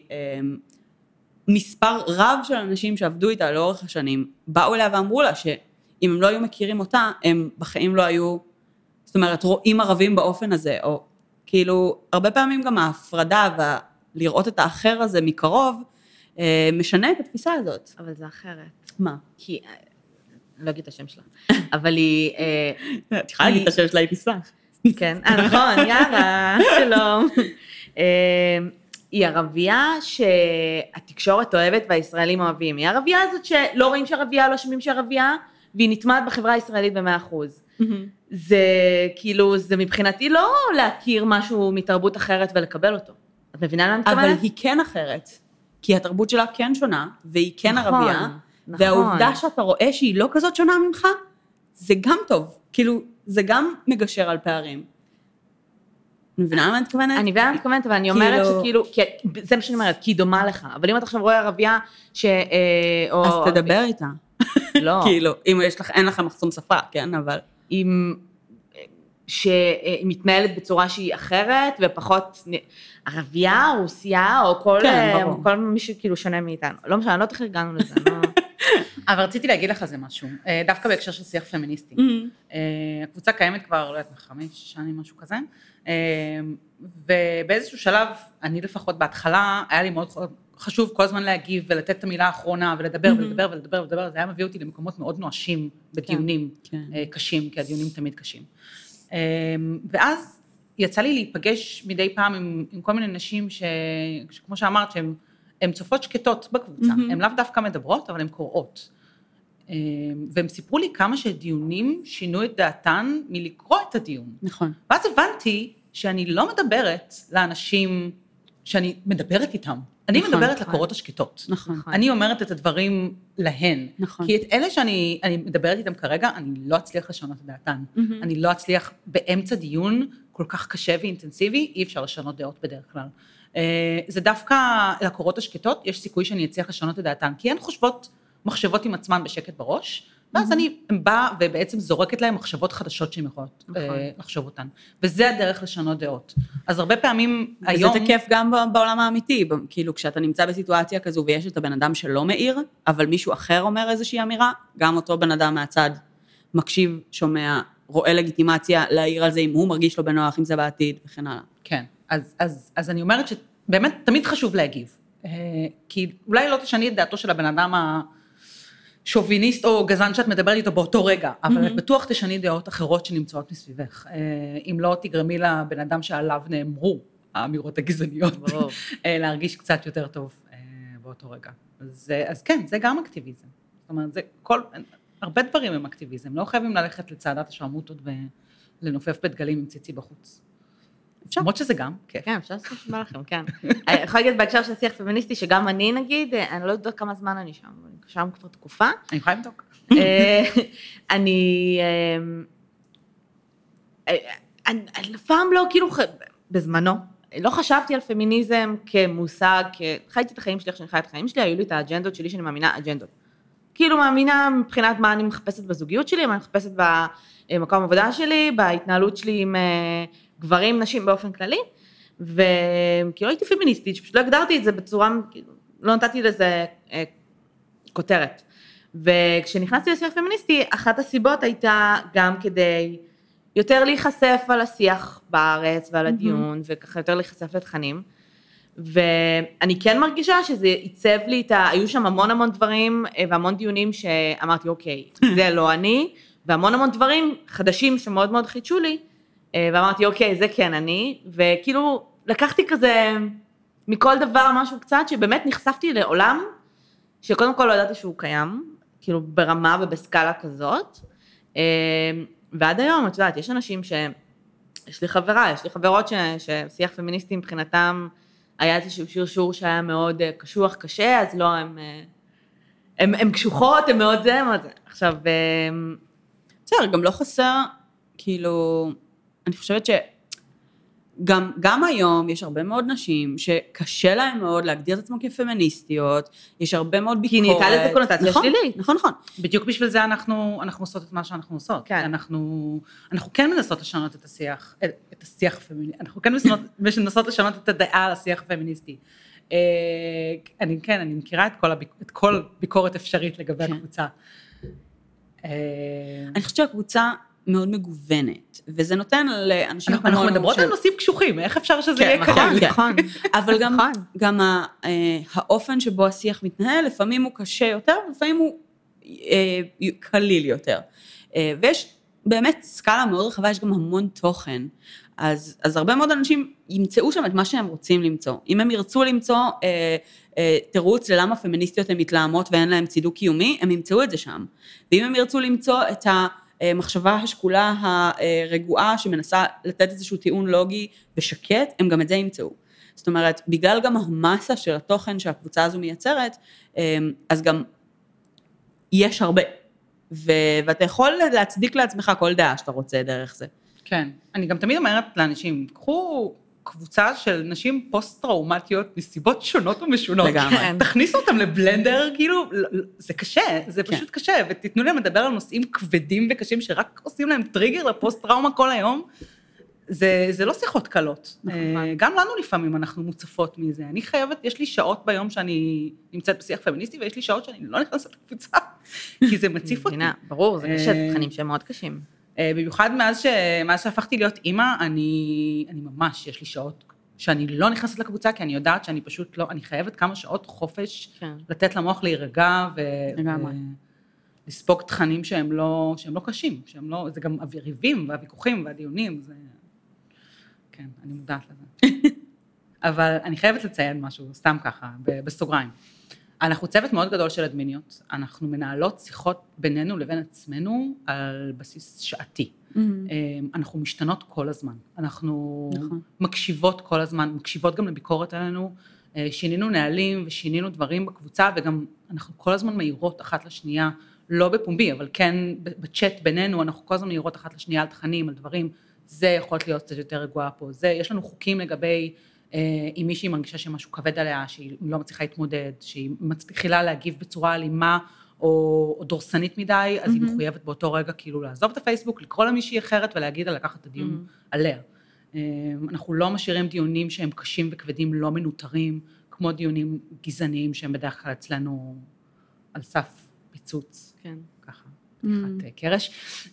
מספר רב של אנשים שעבדו איתה לאורך השנים, באו אליה ואמרו לה שאם הם לא היו מכירים אותה, הם בחיים לא היו, זאת אומרת, רואים ערבים באופן הזה, או כאילו, הרבה פעמים גם ההפרדה ולראות את האחר הזה מקרוב, משנה את התפיסה הזאת. אבל זה אחרת. מה? כי, לא אגיד את השם שלה, אבל היא... את יכולה להגיד את השם שלה, היא תסלח. כן, נכון, יאללה, שלום. היא ערבייה שהתקשורת אוהבת והישראלים אוהבים. היא ערבייה הזאת שלא רואים שערבייה, לא שומעים שערבייה, והיא נטמעת בחברה הישראלית במאה אחוז. זה כאילו, זה מבחינתי לא להכיר משהו מתרבות אחרת ולקבל אותו. את מבינה למה אני מתכוונת? אבל היא כן אחרת, כי התרבות שלה כן שונה, והיא כן ערבייה, והעובדה שאתה רואה שהיא לא כזאת שונה ממך, זה גם טוב. כאילו, זה גם מגשר על פערים. מבינה למה אני מתכוונת? אני מבינה למה מתכוונת, אבל אני אומרת שכאילו, זה מה שאני אומרת, כי היא דומה לך. אבל אם אתה עכשיו רואה ערבייה ש... אז תדבר איתה. לא. כאילו, אם יש לך, אין לך מחסום שפה, כן, אבל... שהיא מתנהלת בצורה שהיא אחרת, ופחות ערבייה, רוסיה, או כל מי שכאילו שונה מאיתנו. לא משנה, אני לא תכף הגענו לזה, לא... אבל רציתי להגיד לך זה משהו, דווקא בהקשר של שיח פמיניסטי. הקבוצה קיימת כבר, לא יודעת, חמש שנים, משהו כזה, ובאיזשהו שלב, אני לפחות בהתחלה, היה לי מאוד חשוב כל הזמן להגיב ולתת את המילה האחרונה, ולדבר ולדבר ולדבר ולדבר, זה היה מביא אותי למקומות מאוד נואשים בדיונים קשים, כי הדיונים תמיד קשים. ואז יצא לי להיפגש מדי פעם עם, עם כל מיני נשים ש, שכמו שאמרת, שהן הן צופות שקטות בקבוצה, mm-hmm. הן לאו דווקא מדברות, אבל הן קוראות. והם סיפרו לי כמה שדיונים שינו את דעתן מלקרוא את הדיון. נכון. ואז הבנתי שאני לא מדברת לאנשים שאני מדברת איתם. אני נכון, מדברת נכון. לקורות השקטות. נכון. אני אומרת את הדברים להן. נכון. כי את אלה שאני אני מדברת איתם כרגע, אני לא אצליח לשנות את דעתן. Mm-hmm. אני לא אצליח באמצע דיון כל כך קשה ואינטנסיבי, אי אפשר לשנות דעות בדרך כלל. זה דווקא לקורות השקטות, יש סיכוי שאני אצליח לשנות את דעתן, כי הן חושבות מחשבות עם עצמן בשקט בראש, ואז אני באה ובעצם זורקת להם מחשבות חדשות שהן יכולות לחשוב אותן. וזה הדרך לשנות דעות. אז הרבה פעמים היום... וזה תקף גם בעולם האמיתי, כאילו כשאתה נמצא בסיטואציה כזו ויש את הבן אדם שלא מאיר, אבל מישהו אחר אומר איזושהי אמירה, גם אותו בן אדם מהצד מקשיב, שומע, רואה לגיטימציה, להעיר על זה אם הוא מרגיש לו בנוח, אם זה בעתיד וכן הלאה. כן, אז, אז, אז אני אומרת שבאמת תמיד חשוב להגיב, כי אולי לא תשני את דעתו של הבן אדם השוביניסט או גזען שאת מדברת איתו באותו רגע, אבל את בטוח תשני דעות אחרות שנמצאות מסביבך, אם לא תגרמי לבן אדם שעליו נאמרו האמירות הגזעניות, להרגיש קצת יותר טוב באותו רגע. אז, אז כן, זה גם אקטיביזם, זאת אומרת, זה כל... הרבה דברים הם אקטיביזם, לא חייבים ללכת לצעדת השרמוטות ולנופף בדגלים עם ציצי בחוץ. למרות שזה גם, כיף. כן, אפשר לעשות שבא לכם, כן. אני יכולה להגיד בהקשר של שיח פמיניסטי, שגם אני נגיד, אני לא יודעת כמה זמן אני שם, אני שם כבר תקופה. אני יכולה לבדוק. אני, אני פעם לא, כאילו, בזמנו, לא חשבתי על פמיניזם כמושג, חייתי את החיים שלי, איך שאני חי את החיים שלי, היו לי את האג'נדות שלי, שאני מאמינה אג'נדות. כאילו מאמינה מבחינת מה אני מחפשת בזוגיות שלי, מה אני מחפשת במקום העבודה שלי, בהתנהלות שלי עם גברים, נשים באופן כללי, וכאילו הייתי פמיניסטית, שפשוט לא הגדרתי את זה בצורה, לא נתתי לזה כותרת. וכשנכנסתי לשיח פמיניסטי, אחת הסיבות הייתה גם כדי יותר להיחשף על השיח בארץ ועל הדיון, וככה יותר להיחשף לתכנים, ואני כן מרגישה שזה ייצב לי את ה... היו שם המון המון דברים והמון דיונים שאמרתי, אוקיי, זה לא אני, והמון המון דברים חדשים שמאוד מאוד חידשו לי, ואמרתי, אוקיי, זה כן אני, וכאילו לקחתי כזה מכל דבר משהו קצת, שבאמת נחשפתי לעולם, שקודם כל לא ידעתי שהוא קיים, כאילו ברמה ובסקאלה כזאת, ועד היום, את יודעת, יש אנשים ש... יש לי חברה, יש לי חברות ש... ששיח פמיניסטי מבחינתם, היה איזשהו שרשור שהיה מאוד קשוח, קשה, אז לא, הם, הם, הם קשוחות, הם מאוד זה, מאוד זה. עכשיו... בסדר, גם לא חסר, כאילו, אני חושבת שגם גם היום יש הרבה מאוד נשים שקשה להן מאוד להגדיר את עצמו כפמיניסטיות, יש הרבה מאוד ביקורת. כי נהייתה לזה קונוטציה נכון, שלילית. נכון, נכון. בדיוק בשביל זה אנחנו, אנחנו עושות את מה שאנחנו עושות. כן. אנחנו, אנחנו כן מנסות לשנות את השיח, את השיח הפמיניסטי, אנחנו כן מנסות, מנסות לשנות את הדעה על השיח הפמיניסטי. אני, כן, אני מכירה את כל, הביק, את כל ביקורת אפשרית לגבי כן. הקבוצה. אני חושבת שהקבוצה מאוד מגוונת, וזה נותן לאנשים... אנחנו מדברות על נושאים קשוחים, איך אפשר שזה יהיה קיים? נכון, אבל גם האופן שבו השיח מתנהל, לפעמים הוא קשה יותר, לפעמים הוא קליל יותר. ויש באמת סקאלה מאוד רחבה, יש גם המון תוכן, אז, אז הרבה מאוד אנשים ימצאו שם את מה שהם רוצים למצוא. אם הם ירצו למצוא אה, אה, תירוץ ללמה פמיניסטיות הן מתלהמות ואין להם צידוק קיומי, הם ימצאו את זה שם. ואם הם ירצו למצוא את המחשבה השקולה הרגועה שמנסה לתת איזשהו טיעון לוגי ושקט, הם גם את זה ימצאו. זאת אומרת, בגלל גם המסה של התוכן שהקבוצה הזו מייצרת, אה, אז גם יש הרבה. ו- ואתה יכול להצדיק לעצמך כל דעה שאתה רוצה דרך זה. כן, אני גם תמיד אומרת לאנשים, קחו קבוצה של נשים פוסט-טראומטיות מסיבות שונות ומשונות. לגמרי. תכניסו אותם לבלנדר, כאילו, זה קשה, זה פשוט קשה, ותתנו להם לדבר על נושאים כבדים וקשים, שרק עושים להם טריגר לפוסט-טראומה כל היום, זה, זה לא שיחות קלות. גם לנו לפעמים אנחנו מוצפות מזה. אני חייבת, יש לי שעות ביום שאני נמצאת בשיח פמיניסטי, ויש לי שעות שאני לא נכנסת לקבוצה, כי זה מציף אותי. ברור, זה קשה, זה תכנים שהם מאוד קשים. במיוחד מאז, ש... מאז שהפכתי להיות אימא, אני, אני ממש, יש לי שעות שאני לא נכנסת לקבוצה, כי אני יודעת שאני פשוט לא, אני חייבת כמה שעות חופש, כן. לתת למוח להירגע, ו... ולספוג תכנים שהם לא, שהם לא קשים, שהם לא, זה גם הריבים והוויכוחים והדיונים, זה... כן, אני מודעת לזה. אבל אני חייבת לציין משהו, סתם ככה, בסוגריים. אנחנו צוות מאוד גדול של אדמיניות, אנחנו מנהלות שיחות בינינו לבין עצמנו על בסיס שעתי. Mm-hmm. אנחנו משתנות כל הזמן, אנחנו נכון. מקשיבות כל הזמן, מקשיבות גם לביקורת עלינו, שינינו נהלים ושינינו דברים בקבוצה, וגם אנחנו כל הזמן מהירות אחת לשנייה, לא בפומבי, אבל כן בצ'אט בינינו, אנחנו כל הזמן מהירות אחת לשנייה על תכנים, על דברים, זה יכול להיות קצת יותר רגועה פה, זה, יש לנו חוקים לגבי, אם מישהי מרגישה שמשהו כבד עליה, שהיא לא מצליחה להתמודד, שהיא מתחילה להגיב בצורה אלימה, או, או דורסנית מדי, אז mm-hmm. היא מחויבת באותו רגע כאילו לעזוב את הפייסבוק, לקרוא למישהי אחרת ולהגיד לה לקחת את הדיון mm-hmm. עליה. אנחנו לא משאירים דיונים שהם קשים וכבדים, לא מנותרים, כמו דיונים גזעניים שהם בדרך כלל אצלנו על סף פיצוץ. כן. ככה, פתיחת mm-hmm. קרש.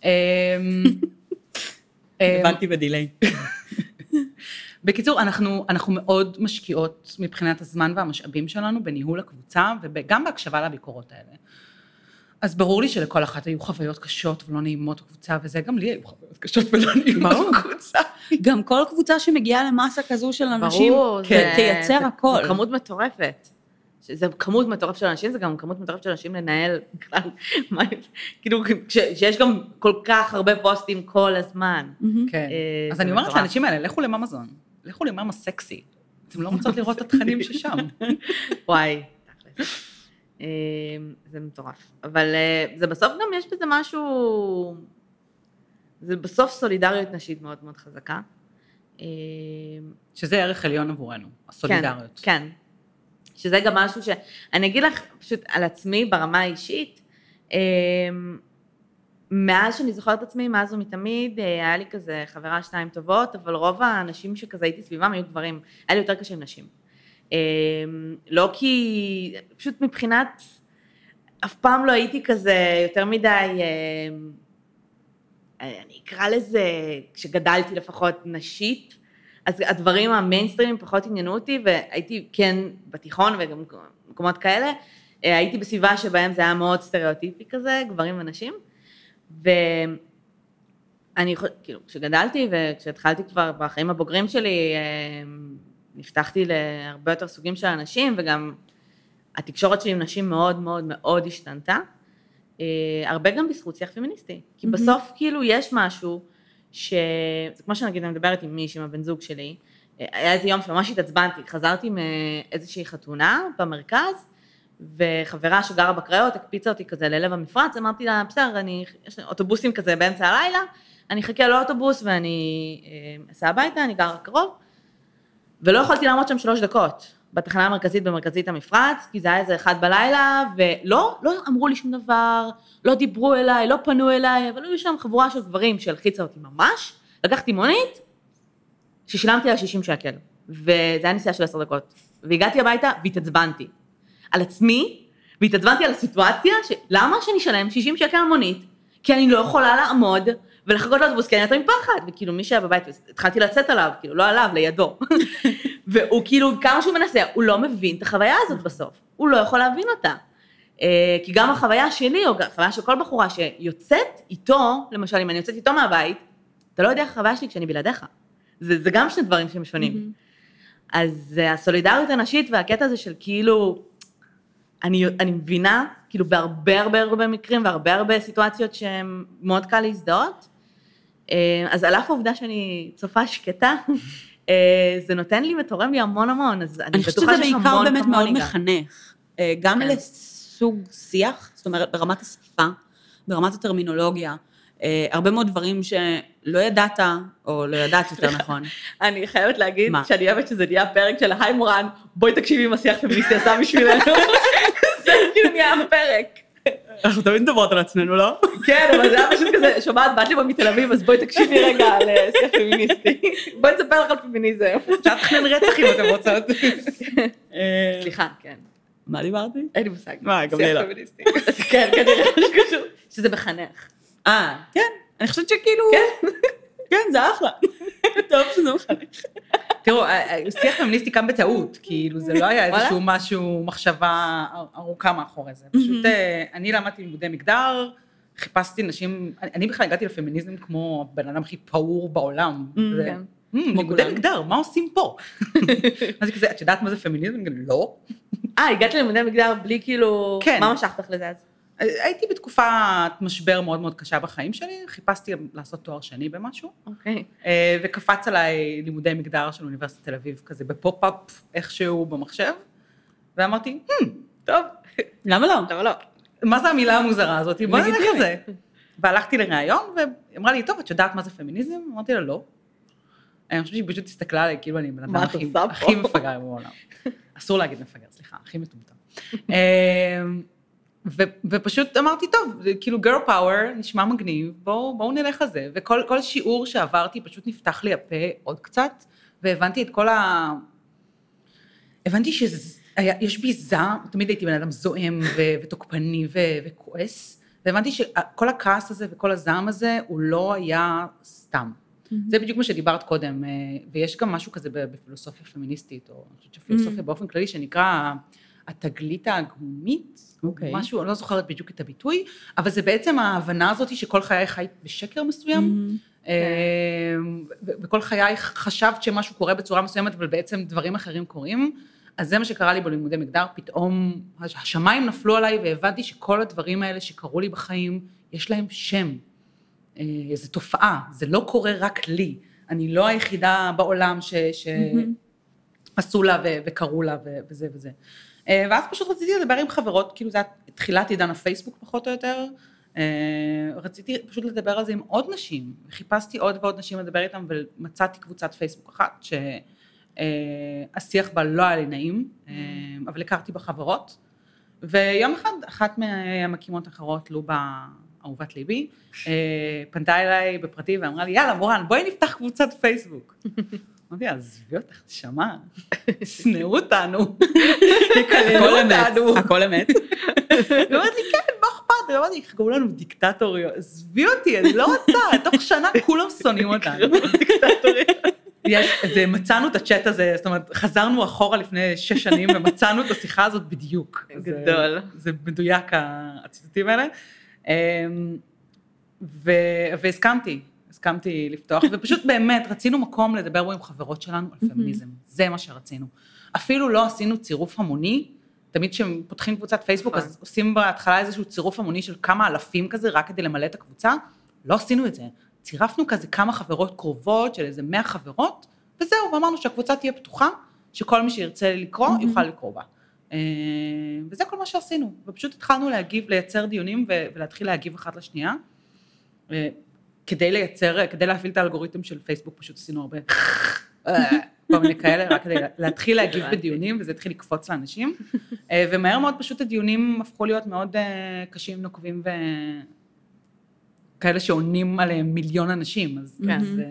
הבנתי בדילי. בקיצור, אנחנו, אנחנו מאוד משקיעות מבחינת הזמן והמשאבים שלנו בניהול הקבוצה, וגם בהקשבה לביקורות האלה. אז ברור לי שלכל אחת היו חוויות קשות ולא נעימות בקבוצה, וזה גם לי היו חוויות קשות ולא נעימות בקבוצה. גם כל קבוצה שמגיעה למסה כזו של אנשים, ברור, כן, זה, תייצר זה, הכל. זה כמות מטורפת. זה כמות מטורף של אנשים, זה גם כמות מטורפת של אנשים לנהל, כאילו, שיש גם כל כך הרבה פוסטים כל הזמן. כן, אז אני אומרת לאנשים האלה, לכו לממזון, לכו למאמה סקסי, אתם לא רוצות לראות את התכנים ששם. וואי, זה מטורף. אבל זה בסוף גם יש בזה משהו, זה בסוף סולידריות נשית מאוד מאוד חזקה. שזה ערך עליון עבורנו, הסולידריות. כן, כן. שזה גם משהו שאני אגיד לך פשוט על עצמי ברמה האישית, מאז שאני זוכרת את עצמי, מאז ומתמיד, היה לי כזה חברה שתיים טובות, אבל רוב האנשים שכזה הייתי סביבם היו גברים, היה לי יותר קשה עם נשים. לא כי, פשוט מבחינת, אף פעם לא הייתי כזה יותר מדי, אני אקרא לזה, כשגדלתי לפחות נשית, אז הדברים המיינסטרימים פחות עניינו אותי, והייתי כן בתיכון וגם מקומות כאלה, הייתי בסביבה שבהם זה היה מאוד סטריאוטיפי כזה, גברים ונשים, ואני, כאילו, כשגדלתי וכשהתחלתי כבר בחיים הבוגרים שלי, נפתחתי להרבה יותר סוגים של אנשים, וגם התקשורת שלי עם נשים מאוד מאוד מאוד השתנתה, הרבה גם בזכות שיח פמיניסטי, כי בסוף כאילו יש משהו, שזה כמו שנגיד, אני מדברת עם מישהי, עם הבן זוג שלי, היה איזה יום שממש התעצבנתי, חזרתי מאיזושהי חתונה במרכז, וחברה שגרה בקריות, הקפיצה אותי כזה ללב המפרץ, אמרתי לה, בסדר, אני, יש לי אוטובוסים כזה באמצע הלילה, אני אחכה לאוטובוס ואני אסע הביתה, אני גרה קרוב, ולא יכולתי לעמוד שם שלוש דקות, בתחנה המרכזית במרכזית המפרץ, כי זה היה איזה אחד בלילה, ולא, לא אמרו לי שום דבר, לא דיברו אליי, לא פנו אליי, אבל היו שם חבורה של גברים שהלחיצה אותי ממש, לקחתי מונית, ששילמתי לה שישים שקל, וזה היה נסיעה של עשר דקות, והגעתי הביתה והתעצבנתי על עצמי, והתעצבנתי על הסיטואציה, שלמה שאני אשלם שישים שקל על מונית, כי אני לא יכולה לעמוד ולחכות לאוטובוס, כי אני הייתה מפחד, וכאילו מי שהיה בבית, התחלתי לצאת עליו, כאילו לא עליו, לידו. והוא כאילו, כמה שהוא מנסה, הוא לא מבין את החוויה הזאת בסוף, הוא לא יכול להבין אותה. כי גם החוויה שלי, או החוויה של כל בחורה שיוצאת איתו, למשל, אם אני יוצאת איתו מהבית, אתה לא יודע איך החוויה שלי כשאני בלעדיך. זה, זה גם שני דברים שהם שונים. אז הסולידריות הנשית והקטע הזה של כאילו, אני, אני מבינה, כאילו בהרבה הרבה הרבה מקרים, והרבה הרבה סיטואציות שהן מאוד קל להזדהות, אז על אף העובדה שאני צופה שקטה, זה נותן לי ותורם לי המון המון, אז אני בטוחה שיש המון אני חושבת שזה בעיקר באמת מאוד גם. מחנך, גם כן. לסוג שיח, זאת אומרת ברמת השפה, ברמת הטרמינולוגיה, הרבה מאוד דברים שלא ידעת, או לא ידעת יותר נכון. אני חייבת להגיד שאני אוהבת שזה נהיה פרק של היי מורן, בואי תקשיבי מה שיח פמיניסטי עשה בשבילנו. זה כאילו נהיה הפרק. אנחנו תמיד מדברות על עצמנו, לא? כן, אבל זה היה פשוט כזה, שומעת, בת לי פה מתל אביב, אז בואי תקשיבי רגע על שיח פמיניסטי. בואי נספר לך על פמיניזם. אפשר תכנן רצח אם אתם רוצות. סליחה, כן. מה דיברתי? אין לי מושג. מה, גם לי לא. שיח פמיניסטי. כן, כנראה שקשור. שזה מחנך. אה, כן. אני חושבת שכאילו... כן. כן, זה אחלה. טוב שזה מחנך. תראו, שיח פמיניסטי קם בטעות, כאילו זה לא היה איזשהו משהו, מחשבה ארוכה מאחורי זה. פשוט אני למדתי לימודי מגדר, חיפשתי נשים, אני בכלל הגעתי לפמיניזם כמו בן אדם הכי פעור בעולם. לימודי מגדר, מה עושים פה? אז כזה, את יודעת מה זה פמיניזם? לא. אה, הגעת ללימודי מגדר בלי כאילו, מה משך לך לזה אז? הייתי בתקופת משבר מאוד מאוד קשה בחיים שלי, חיפשתי לעשות תואר שני במשהו, אוקיי. וקפץ עליי לימודי מגדר של אוניברסיטת תל אביב, כזה בפופ-אפ איכשהו במחשב, ואמרתי, טוב. למה לא? למה לא? מה זה המילה המוזרה הזאת? בוא נלך על זה. והלכתי לראיון, ואמרה לי, טוב, את יודעת מה זה פמיניזם? אמרתי לה, לא. אני חושבת שהיא פשוט הסתכלה עליי, כאילו אני בן אדם הכי מפגר בעולם. אסור להגיד מפגר, סליחה, הכי מטומטם. ופשוט אמרתי, טוב, כאילו girl power נשמע מגניב, בואו בואו נלך על זה, וכל כל שיעור שעברתי פשוט נפתח לי הפה עוד קצת, והבנתי את כל ה... הבנתי שיש בי זעם, תמיד הייתי בן אדם זועם ותוקפני וכועס, והבנתי שכל הכעס הזה וכל הזעם הזה הוא לא היה סתם. זה בדיוק מה שדיברת קודם, ויש גם משהו כזה בפילוסופיה פמיניסטית, או אני חושבת שפילוסופיה באופן כללי שנקרא התגלית הגמומית, אוקיי. משהו, אני לא זוכרת בדיוק את הביטוי, אבל זה בעצם ההבנה הזאת שכל חיי חי בשקר מסוים, וכל חיי חשבת שמשהו קורה בצורה מסוימת, אבל בעצם דברים אחרים קורים, אז זה מה שקרה לי בלימודי מגדר, פתאום השמיים נפלו עליי, והבנתי שכל הדברים האלה שקרו לי בחיים, יש להם שם. זו תופעה, זה לא קורה רק לי, אני לא היחידה בעולם שעשו לה וקראו לה וזה וזה. ואז פשוט רציתי לדבר עם חברות, כאילו זה היה תחילת עידן הפייסבוק פחות או יותר, רציתי פשוט לדבר על זה עם עוד נשים, וחיפשתי עוד ועוד נשים לדבר איתם, ומצאתי קבוצת פייסבוק אחת, שהשיח בה לא היה לי נעים, אבל הכרתי בחברות, ויום אחד, אחת מהמקימות האחרות, לובה אהובת ליבי, פנתה אליי בפרטי ואמרה לי, יאללה מורן, בואי נפתח קבוצת פייסבוק. אמרתי, עזבי אותך, שמע, שנאו אותנו, יקללו אותנו. הכל אמת. היא אומרת לי, כן, מה אכפת? היא אומרת לי, קראו לנו דיקטטוריות, עזבי אותי, אני לא רוצה, תוך שנה כולם שונאים אותנו. מצאנו את הצ'אט הזה, זאת אומרת, חזרנו אחורה לפני שש שנים, ומצאנו את השיחה הזאת בדיוק. גדול. זה מדויק, הציטוטים האלה. והסכמתי. הסכמתי לפתוח, ופשוט באמת רצינו מקום לדבר בו עם חברות שלנו על פמיניזם, זה מה שרצינו. אפילו לא עשינו צירוף המוני, תמיד כשפותחים קבוצת פייסבוק, אז עושים בהתחלה איזשהו צירוף המוני של כמה אלפים כזה, רק כדי למלא את הקבוצה, לא עשינו את זה. צירפנו כזה כמה חברות קרובות, של איזה מאה חברות, וזהו, ואמרנו שהקבוצה תהיה פתוחה, שכל מי שירצה לקרוא, יוכל לקרוא בה. וזה כל מה שעשינו, ופשוט התחלנו להגיב, לייצר דיונים, ולהתחיל להגיב אחת לשנייה. כדי לייצר, כדי להפעיל את האלגוריתם של פייסבוק, פשוט עשינו הרבה, כל מיני כאלה, רק כדי להתחיל להגיב בדיונים, וזה התחיל לקפוץ לאנשים, ומהר מאוד פשוט הדיונים הפכו להיות מאוד קשים, נוקבים, וכאלה שעונים עליהם מיליון אנשים, אז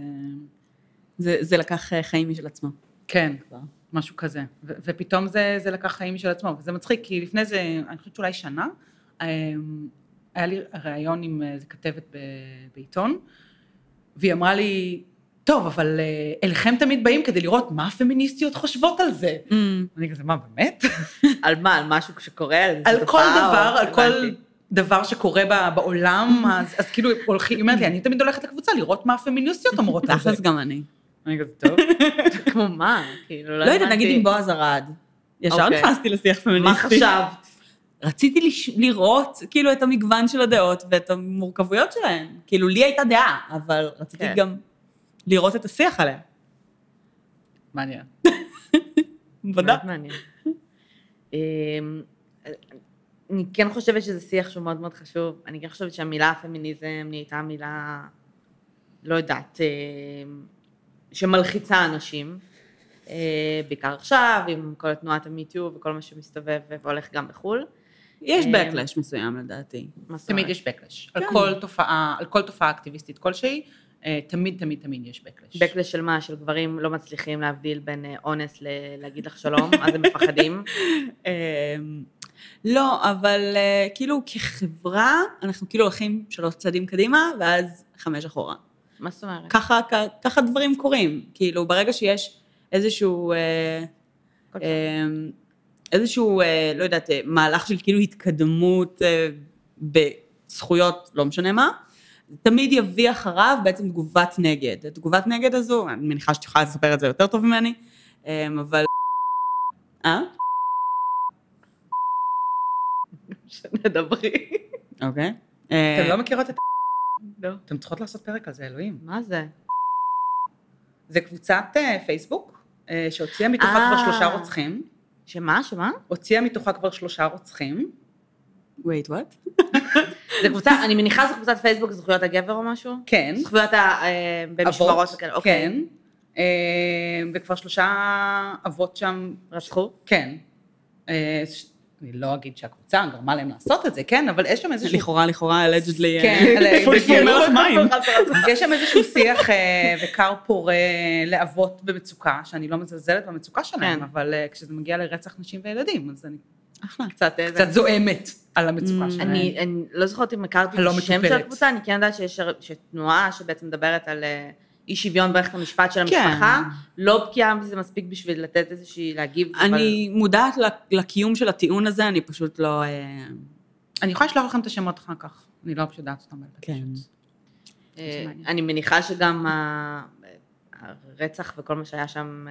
זה לקח חיים משל עצמו. כן, משהו כזה, ופתאום זה לקח חיים משל עצמו, וזה מצחיק, כי לפני זה, אני חושבת שאולי שנה, היה לי ראיון עם איזה כתבת בעיתון, והיא אמרה לי, טוב, אבל אליכם תמיד באים כדי לראות מה הפמיניסטיות חושבות על זה. אני כזה, מה, באמת? על מה? על משהו שקורה? על כל דבר, על כל דבר שקורה בעולם, אז כאילו הולכים, היא אומרת לי, אני תמיד הולכת לקבוצה לראות מה הפמיניסטיות אומרות על זה. תכלס גם אני. אני כזה, טוב. כמו מה? כאילו, לא יודעת, נגיד עם בועז ארד. ישר נכנסתי לשיח פמיניסטי. מה חשבת? רציתי לראות כאילו את המגוון של הדעות ואת המורכבויות שלהן. כאילו, לי הייתה דעה, אבל רציתי גם לראות את השיח עליה. מעניין. ודאי. מעניין. אני כן חושבת שזה שיח שהוא מאוד מאוד חשוב. אני כן חושבת שהמילה פמיניזם נהייתה מילה, לא יודעת, שמלחיצה אנשים. בעיקר עכשיו, עם כל התנועת המיטו וכל מה שמסתובב והולך גם בחול. יש בקלש מסוים לדעתי. תמיד יש בקלש. על כל תופעה, על כל תופעה אקטיביסטית כלשהי, תמיד, תמיד, תמיד יש בקלש. בקלש של מה? של גברים לא מצליחים להבדיל בין אונס להגיד לך שלום, אז הם מפחדים? לא, אבל כאילו כחברה, אנחנו כאילו הולכים שלוש צעדים קדימה, ואז חמש אחורה. מה זאת אומרת? ככה, ככה דברים קורים. כאילו, ברגע שיש איזשהו, איזשהו, לא יודעת, מהלך של כאילו התקדמות בזכויות, לא משנה מה, תמיד יביא אחריו בעצם תגובת נגד. תגובת נגד הזו, אני מניחה שתוכל לספר את זה יותר טוב ממני, אבל... אה? שנדברי. אוקיי. אתם לא מכירות את... לא. אתם צריכות לעשות פרק על זה, אלוהים. מה זה? זה קבוצת פייסבוק, שהוציאה מתוכה כבר שלושה רוצחים. שמה? שמה? הוציאה מתוכה כבר שלושה רוצחים. wait, what? זה קבוצה, אני מניחה זו קבוצת פייסבוק, זכויות הגבר או משהו? כן. זכויות במשמרות וכאלה, כן. וכבר שלושה אבות שם... רצחו? כן. אני לא אגיד שהקבוצה גרמה להם לעשות את זה, כן, אבל יש שם איזשהו... לכאורה, לכאורה, allegedly... כן, מלח מים. יש שם איזשהו שיח וקר פורה לאבות במצוקה, שאני לא מזלזלת במצוקה שלהם, אבל כשזה מגיע לרצח נשים וילדים, אז אני קצת זועמת על המצוקה שלהם. אני לא זוכרת אם הכרתי את השם של הקבוצה, אני כן יודעת שיש תנועה שבעצם מדברת על... אי שוויון בערך המשפט של המשפחה, לא פגיעה בזה מספיק בשביל לתת איזושהי להגיב. אני מודעת לקיום של הטיעון הזה, אני פשוט לא... אני יכולה לשלוח לכם את השמות אחר כך, אני לא יודעת אותם. כן. אני מניחה שגם הרצח וכל מה שהיה שם,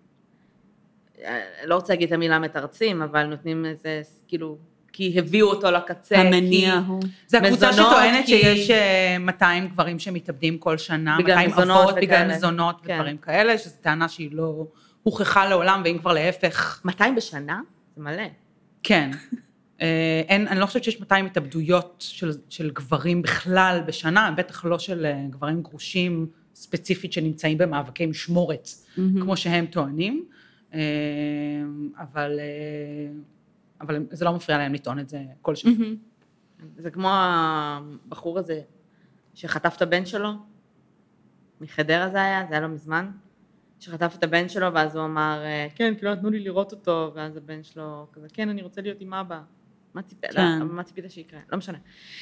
לא רוצה להגיד את המילה מתרצים, אבל נותנים איזה, כאילו... כי הביאו אותו לקצה. המניע הוא. זה הקבוצה שטוענת שיש מאתיים גברים שמתאבדים כל שנה, מאתיים אבות בגלל מזונות ודברים כאלה, שזו טענה שהיא לא הוכחה לעולם, ואם כבר להפך. מאתיים בשנה? זה מלא. כן. אני לא חושבת שיש מאתיים התאבדויות של גברים בכלל בשנה, בטח לא של גברים גרושים ספציפית שנמצאים במאבקי משמורת, כמו שהם טוענים, אבל... אבל זה לא מפריע להם לטעון את זה כל שנה. זה כמו הבחור הזה שחטף את הבן שלו, מחדרה זה היה, זה היה לו מזמן, שחטף את הבן שלו, ואז הוא אמר, כן, כאילו נתנו לי לראות אותו, ואז הבן שלו כזה, כן, אני רוצה להיות עם אבא. מה ציפית? מה ציפית שיקרה? לא משנה.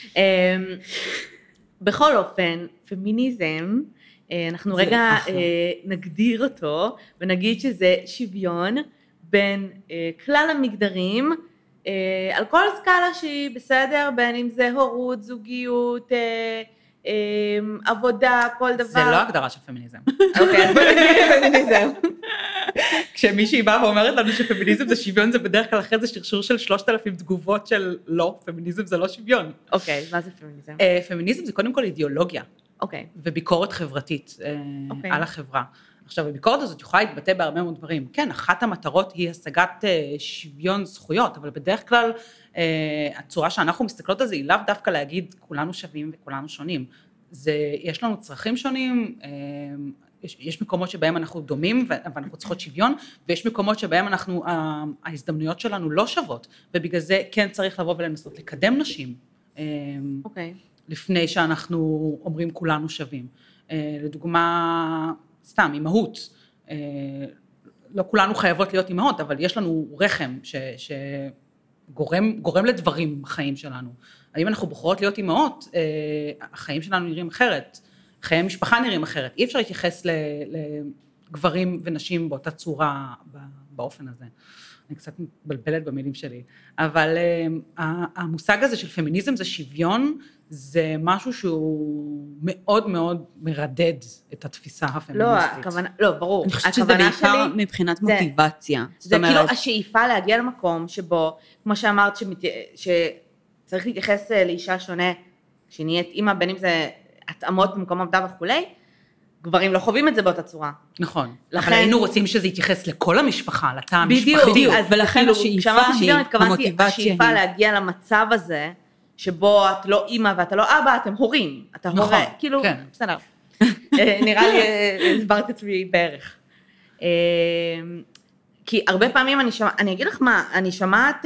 בכל אופן, פמיניזם, אנחנו רגע נגדיר אותו, ונגיד שזה שוויון בין כלל המגדרים, על כל סקאלה שהיא בסדר, בין אם זה הורות, זוגיות, עבודה, כל דבר. זה לא הגדרה של פמיניזם. אוקיי, אז בוא נגיד פמיניזם. כשמישהי באה ואומרת לנו שפמיניזם זה שוויון, זה בדרך כלל אחרי זה שרשור של שלושת אלפים תגובות של לא, פמיניזם זה לא שוויון. אוקיי, מה זה פמיניזם? פמיניזם זה קודם כל אידיאולוגיה. אוקיי. וביקורת חברתית על החברה. עכשיו, הביקורת הזאת יכולה להתבטא בהרבה מאוד דברים. כן, אחת המטרות היא השגת שוויון זכויות, אבל בדרך כלל הצורה שאנחנו מסתכלות על זה היא לאו דווקא להגיד כולנו שווים וכולנו שונים. זה, יש לנו צרכים שונים, יש, יש מקומות שבהם אנחנו דומים ואנחנו צריכות שוויון, ויש מקומות שבהם אנחנו, ההזדמנויות שלנו לא שוות, ובגלל זה כן צריך לבוא ולנסות לקדם נשים. אוקיי. לפני שאנחנו אומרים כולנו שווים. לדוגמה, סתם, אימהות, לא כולנו חייבות להיות אימהות, אבל יש לנו רחם שגורם גורם לדברים בחיים שלנו. האם אנחנו בוחרות להיות אימהות, החיים שלנו נראים אחרת. חיי משפחה נראים אחרת. אי אפשר להתייחס לגברים ונשים באותה צורה באופן הזה. אני קצת מבלבלת במילים שלי, אבל uh, המושג הזה של פמיניזם זה שוויון, זה משהו שהוא מאוד מאוד מרדד את התפיסה הפמיניסטית. לא, הכוונה, לא, ברור. אני חושבת שזה בעיקר מבחינת זה, מוטיבציה. זה אומרת, כאילו השאיפה להגיע למקום שבו, כמו שאמרת, שמת, שצריך להתייחס לאישה שונה, שנהיית אימא, בין אם זה התאמות במקום עבודה וכולי, גברים לא חווים את זה באותה צורה. נכון. לכן... אבל היינו רוצים שזה יתייחס לכל המשפחה, לתא המשפחתי. בדיוק, בדיוק. אז ולכן כאילו, השאיפה היא, המוטיבציה השאיפה היא. להגיע למצב הזה, שבו את לא אימא ואתה לא אבא, אתם הורים. אתה נכון, הורה, כאילו, כן. בסדר. נראה לי, הסברתי את עצמי בערך. כי הרבה פעמים אני שומעת, אני אגיד לך מה, אני שומעת...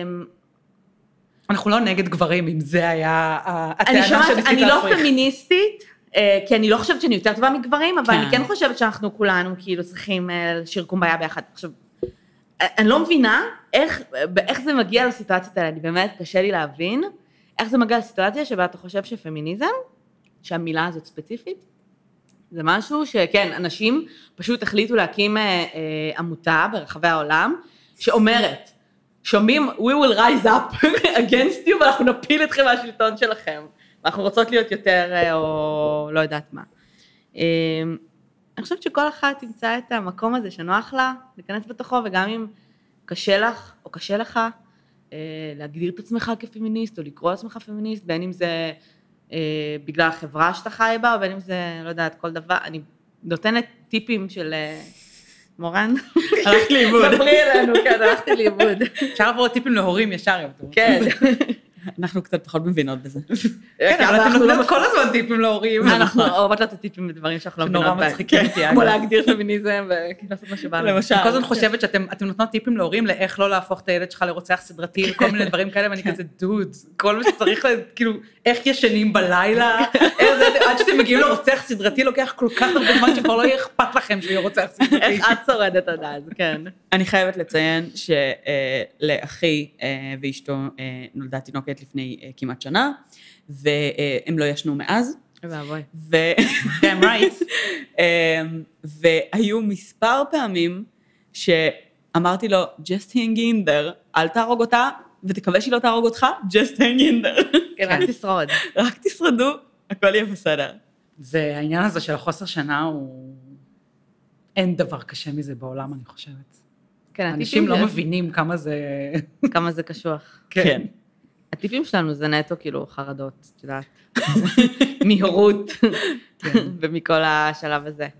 אנחנו לא נגד גברים, אם זה היה הטענה שניסית להפריך. אני לא פמיניסטית, כי אני לא חושבת שאני יותר טובה מגברים, אבל אני כן חושבת שאנחנו כולנו כאילו צריכים שרקום בעיה ביחד. עכשיו, אני לא מבינה איך, איך זה מגיע לסיטואציות האלה, אני באמת קשה לי להבין, איך זה מגיע לסיטואציה שבה אתה חושב שפמיניזם, שהמילה הזאת ספציפית, זה משהו שכן, אנשים פשוט החליטו להקים אה, אה, עמותה ברחבי העולם, שאומרת, שומעים, we will rise up against you, ואנחנו נפיל אתכם מהשלטון שלכם. ואנחנו רוצות להיות יותר, או לא יודעת מה. אני חושבת שכל אחת תמצא את המקום הזה שנוח לה, להיכנס בתוכו, וגם אם קשה לך, או קשה לך, להגדיר את עצמך כפמיניסט, או לקרוא לעצמך פמיניסט, בין אם זה בגלל החברה שאתה חי בה, או בין אם זה, לא יודעת, כל דבר. אני נותנת טיפים של מורן. הלכת לאיבוד. דברי אלינו, כן, הלכתי לאיבוד. אפשר לעבור טיפים להורים ישר, יבטו. כן. אנחנו קצת פחות מבינות בזה. כן, אבל אתם נותנים כל הזמן טיפים להורים. אנחנו אוהבות לתת טיפים בדברים שאנחנו לא מבינות בהם. נורא מצחיקים אותי. כמו להגדיר פמיניזם ולעשות מה שבא לנו. למשל. אני כל הזמן חושבת שאתם נותנות טיפים להורים לאיך לא להפוך את הילד שלך לרוצח סדרתי, וכל מיני דברים כאלה, ואני כזה דוד, כל מה שצריך, כאילו, איך ישנים בלילה, עד שאתם מגיעים לרוצח סדרתי, לוקח כל כך הרבה זמן שכבר לא יהיה אכפת לכם שהוא יהיה רוצח סדרתי. איך את שורדת עד אז, כן. אני חייבת לציין שלאחי ואשתו נולדה תינוקת לפני כמעט שנה, והם לא ישנו מאז. ואבוי. damn right. והיו מספר פעמים שאמרתי לו, just hang in there, אל תהרוג אותה, ותקווה שהיא לא תהרוג אותך, just hang in there. כן, רק תשרוד. רק תשרדו, הכל יהיה בסדר. זה העניין הזה של החוסר שנה, הוא... אין דבר קשה מזה בעולם, אני חושבת. כן, אנשים לא מבינים כמה זה... כמה זה קשוח. כן. הטיפים שלנו זה נטו כאילו חרדות, את יודעת, מהורות, ומכל השלב הזה.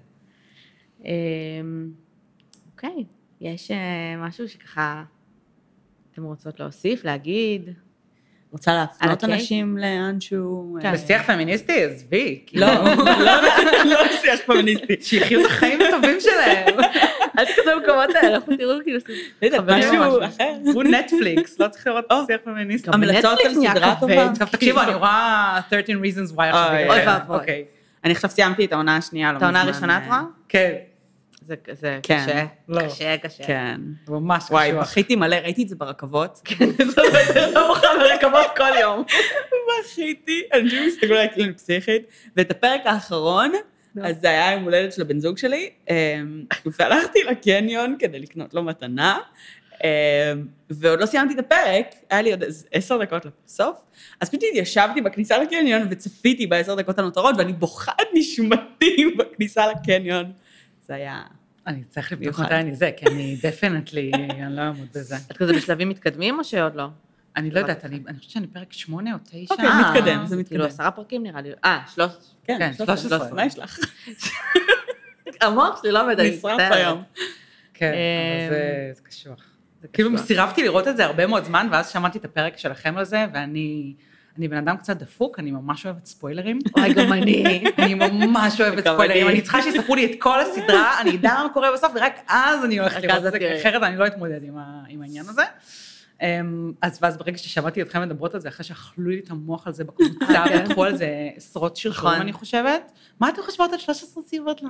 אוקיי, יש משהו שככה אתם רוצות להוסיף, להגיד? רוצה להפנות אנשים לאנשהו... בשיח פמיניסטי, עזבי. לא, לא בשיח פמיניסטי. שיחיו את החיים הטובים שלהם. אל תכנסו במקומות האלה, אנחנו תראו כאילו... משהו אחר. הוא נטפליקס, לא צריך לראות שיח פמיניסטי. המלצות על סדרה טובה. טוב, תקשיבו, אני רואה שלושה עשר reasons why עכשיו. אוי ואבוי. אני עכשיו סיימתי את העונה השנייה. את העונה הראשונה את רואה? כן. זה קשה, קשה, קשה. כן. ממש קשוח. וואי, בכיתי מלא, ראיתי את זה ברכבות. זה לא מוכן ברכבות כל יום. בכיתי, אנשים הסתכלו עליי כאילו פסיכית, ואת הפרק האחרון, אז זה היה עם הולדת של הבן זוג שלי, והלכתי לקניון כדי לקנות לו מתנה, ועוד לא סיימתי את הפרק, היה לי עוד עשר דקות לסוף, אז פשוט ישבתי בכניסה לקניון וצפיתי בעשר דקות הנותרות, ואני בוכה את נשמתי בכניסה לקניון. זה היה... אני צריך לבדוק מתי אני זה, כי אני דפנטלי, אני לא אעמוד בזה. את כזה בשלבים מתקדמים או שעוד לא? אני לא יודעת, אני חושבת שאני פרק שמונה או תשע. אוקיי, מתקדם, זה מתקדם. כאילו עשרה פרקים נראה לי. אה, שלוש. כן, שלוש עשרה. מה יש לך? המוח שלי לא עומד, אני נשרף היום. כן, אבל זה קשוח. כאילו סירבתי לראות את זה הרבה מאוד זמן, ואז שמעתי את הפרק שלכם על זה, ואני... אני בן אדם קצת דפוק, אני ממש אוהבת ספוילרים. אוי, גם אני. אני ממש אוהבת ספוילרים. אני צריכה שיספרו לי את כל הסדרה, אני אדע מה קורה בסוף, ורק אז אני הולכת לראות את זה, אחרת אני לא אתמודד עם העניין הזה. אז ואז ברגע ששמעתי אתכם מדברות על זה, אחרי שאכלו לי את המוח על זה בקבוצה, ותחו על זה עשרות שרשורים, אני חושבת. מה אתם חושבות על שלוש עשרה סיבות?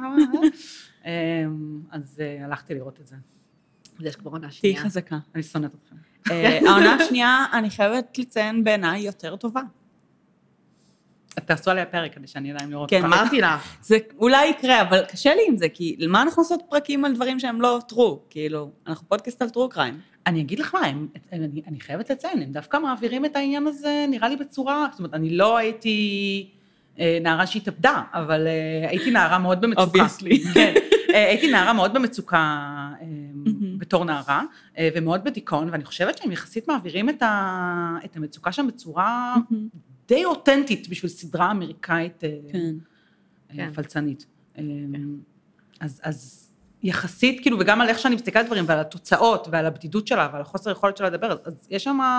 אז הלכתי לראות את זה. יש כבר עונה שנייה. תהי חזקה. אני שונאת אתכם. העונה השנייה, אני חייבת לציין בעיניי יותר טובה. תעשו עליה פרק כדי שאני אדע אם לראות. כן, אמרתי לה. זה אולי יקרה, אבל קשה לי עם זה, כי למה אנחנו עושות פרקים על דברים שהם לא true? כאילו, אנחנו פודקאסט על true crime. אני אגיד לך מה, הם, אני, אני חייבת לציין, הם דווקא מעבירים את העניין הזה, נראה לי בצורה, זאת אומרת, אני לא הייתי אה, נערה שהתאבדה, אבל אה, הייתי נערה מאוד במצוקה. Obviously. כן, אה, הייתי נערה מאוד במצוקה אה, בתור נערה, אה, ומאוד בדיכאון, ואני חושבת שהם יחסית מעבירים את, ה, את המצוקה שם בצורה די אותנטית, בשביל סדרה אמריקאית אה, כן. אה, פלצנית. אה, אז, אז יחסית, כאילו, וגם על איך שאני מסתכלת דברים, ועל התוצאות, ועל הבדידות שלה, ועל החוסר יכולת שלה לדבר, אז, אז יש שם...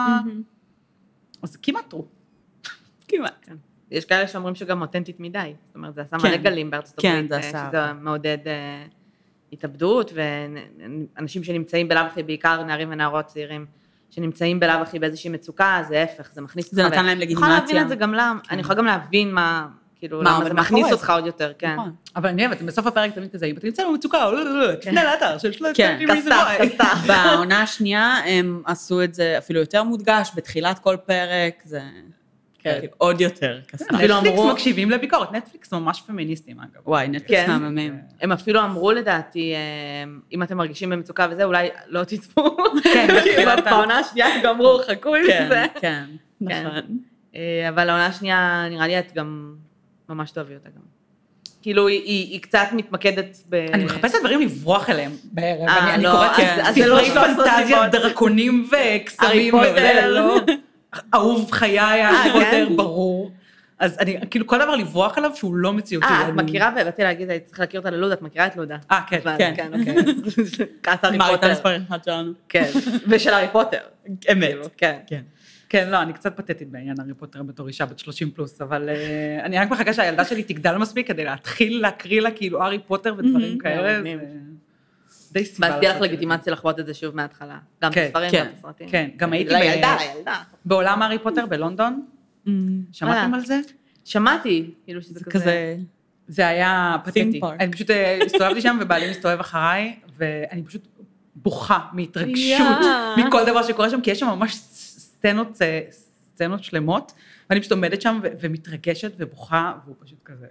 אז כמעט טרו. כמעט. כן. יש כאלה שאומרים שגם אותנטית מדי, זאת אומרת, זה עשה כן. מלא גלים בארצות כן, הברית, זה עשה. שזה מעודד אה, התאבדות, ואנשים שנמצאים בלאו הכי, בעיקר נערים ונערות צעירים, שנמצאים בלאו הכי באיזושהי מצוקה, זה ההפך, זה מכניס אותך... זה נתן להם לגיטימציה. אני יכולה להבין את זה גם למה, אני יכולה גם להבין מה... כאילו, מה, למה אבל זה מה מכניס קורה? אותך עוד יותר, כן. נכון. אבל אני אוהבת, בסוף הפרק תמיד כזה, אם אתה נמצא במצוקה, תפנה לאתר של שלושת כן, אלפים כסתח, כסתח. בעונה השנייה הם עשו את זה אפילו יותר מודגש, בתחילת כל פרק, זה כן. עוד יותר כסתח. אפילו נטפליקס אמרו- מקשיבים לביקורת, נטפליקס ממש פמיניסטים, אגב. וואי, נטפליקס כן. מהממים. הם אפילו אמרו לדעתי, אה, אם אתם מרגישים במצוקה וזה, אולי לא תצפו. כן, בתחילת ה- בעונה השנייה הם גם אמרו, חכו עם כן, זה. כן, נכון. אה, אבל העונה השנייה, נראה לי את גם ממש תאהבי אותה גם. כאילו, היא- היא היא קצת מתמקדת ב... אני מחפשת דברים לברוח אליהם בערב, אה, אני- אני לא, קוראת אז- אז זה לא ספרי שלוש עשרה פנטזיה, סיבות. דרקונים וקסמים, הארי וזה, פוטר. לא. אהוב חיי, הארי אה, פוטר, כן? ברור. אז אני, כאילו, כל דבר לברוח עליו שהוא לא מציאותי. אה, את אני- מכירה, ובאתי להגיד, הייתי צריכה להכיר אותה ללודה, את מכירה את לודה? אה, כן. אבל, כן. כן, אוקיי. כת הארי מה הייתה פוטר. מספר אחד שלנו? כן, ושל הארי פוטר. אמת. כאילו, כן. כן. כן, לא, אני קצת פתטית בעניין הארי פוטר בתור אישה בת שלושים פלוס, אבל אה, אני רק מחכה שהילדה שלי תגדל מספיק כדי להתחיל להקריא לה כאילו הארי פוטר ודברים כאלה. מעניינים. זה די סיבה. ואז תהיה לך לעשות את זה. לגיטימציה לחוות את זה שוב מההתחלה. גם כן, בספרים, כן, גם בסרטים. כן, גם הייתי לילדה, ב- לילדה. בעולם הארי פוטר בלונדון, שמעתם וואלה. על זה? שמעתי, כאילו שזה זה כזה... כזה... זה היה פתטי. park. אני פשוט אה, הסתובבתי שם ובעלי מסתובב אחריי, ואני פשוט בוכה מהתרגשות יאה. מכל דבר שקורה שם, כי יש שם ממש סצנות, אה, סצנות שלמות, ואני פשוט עומדת שם ו- ומתרגשת ובוכה, והוא פשוט כזה...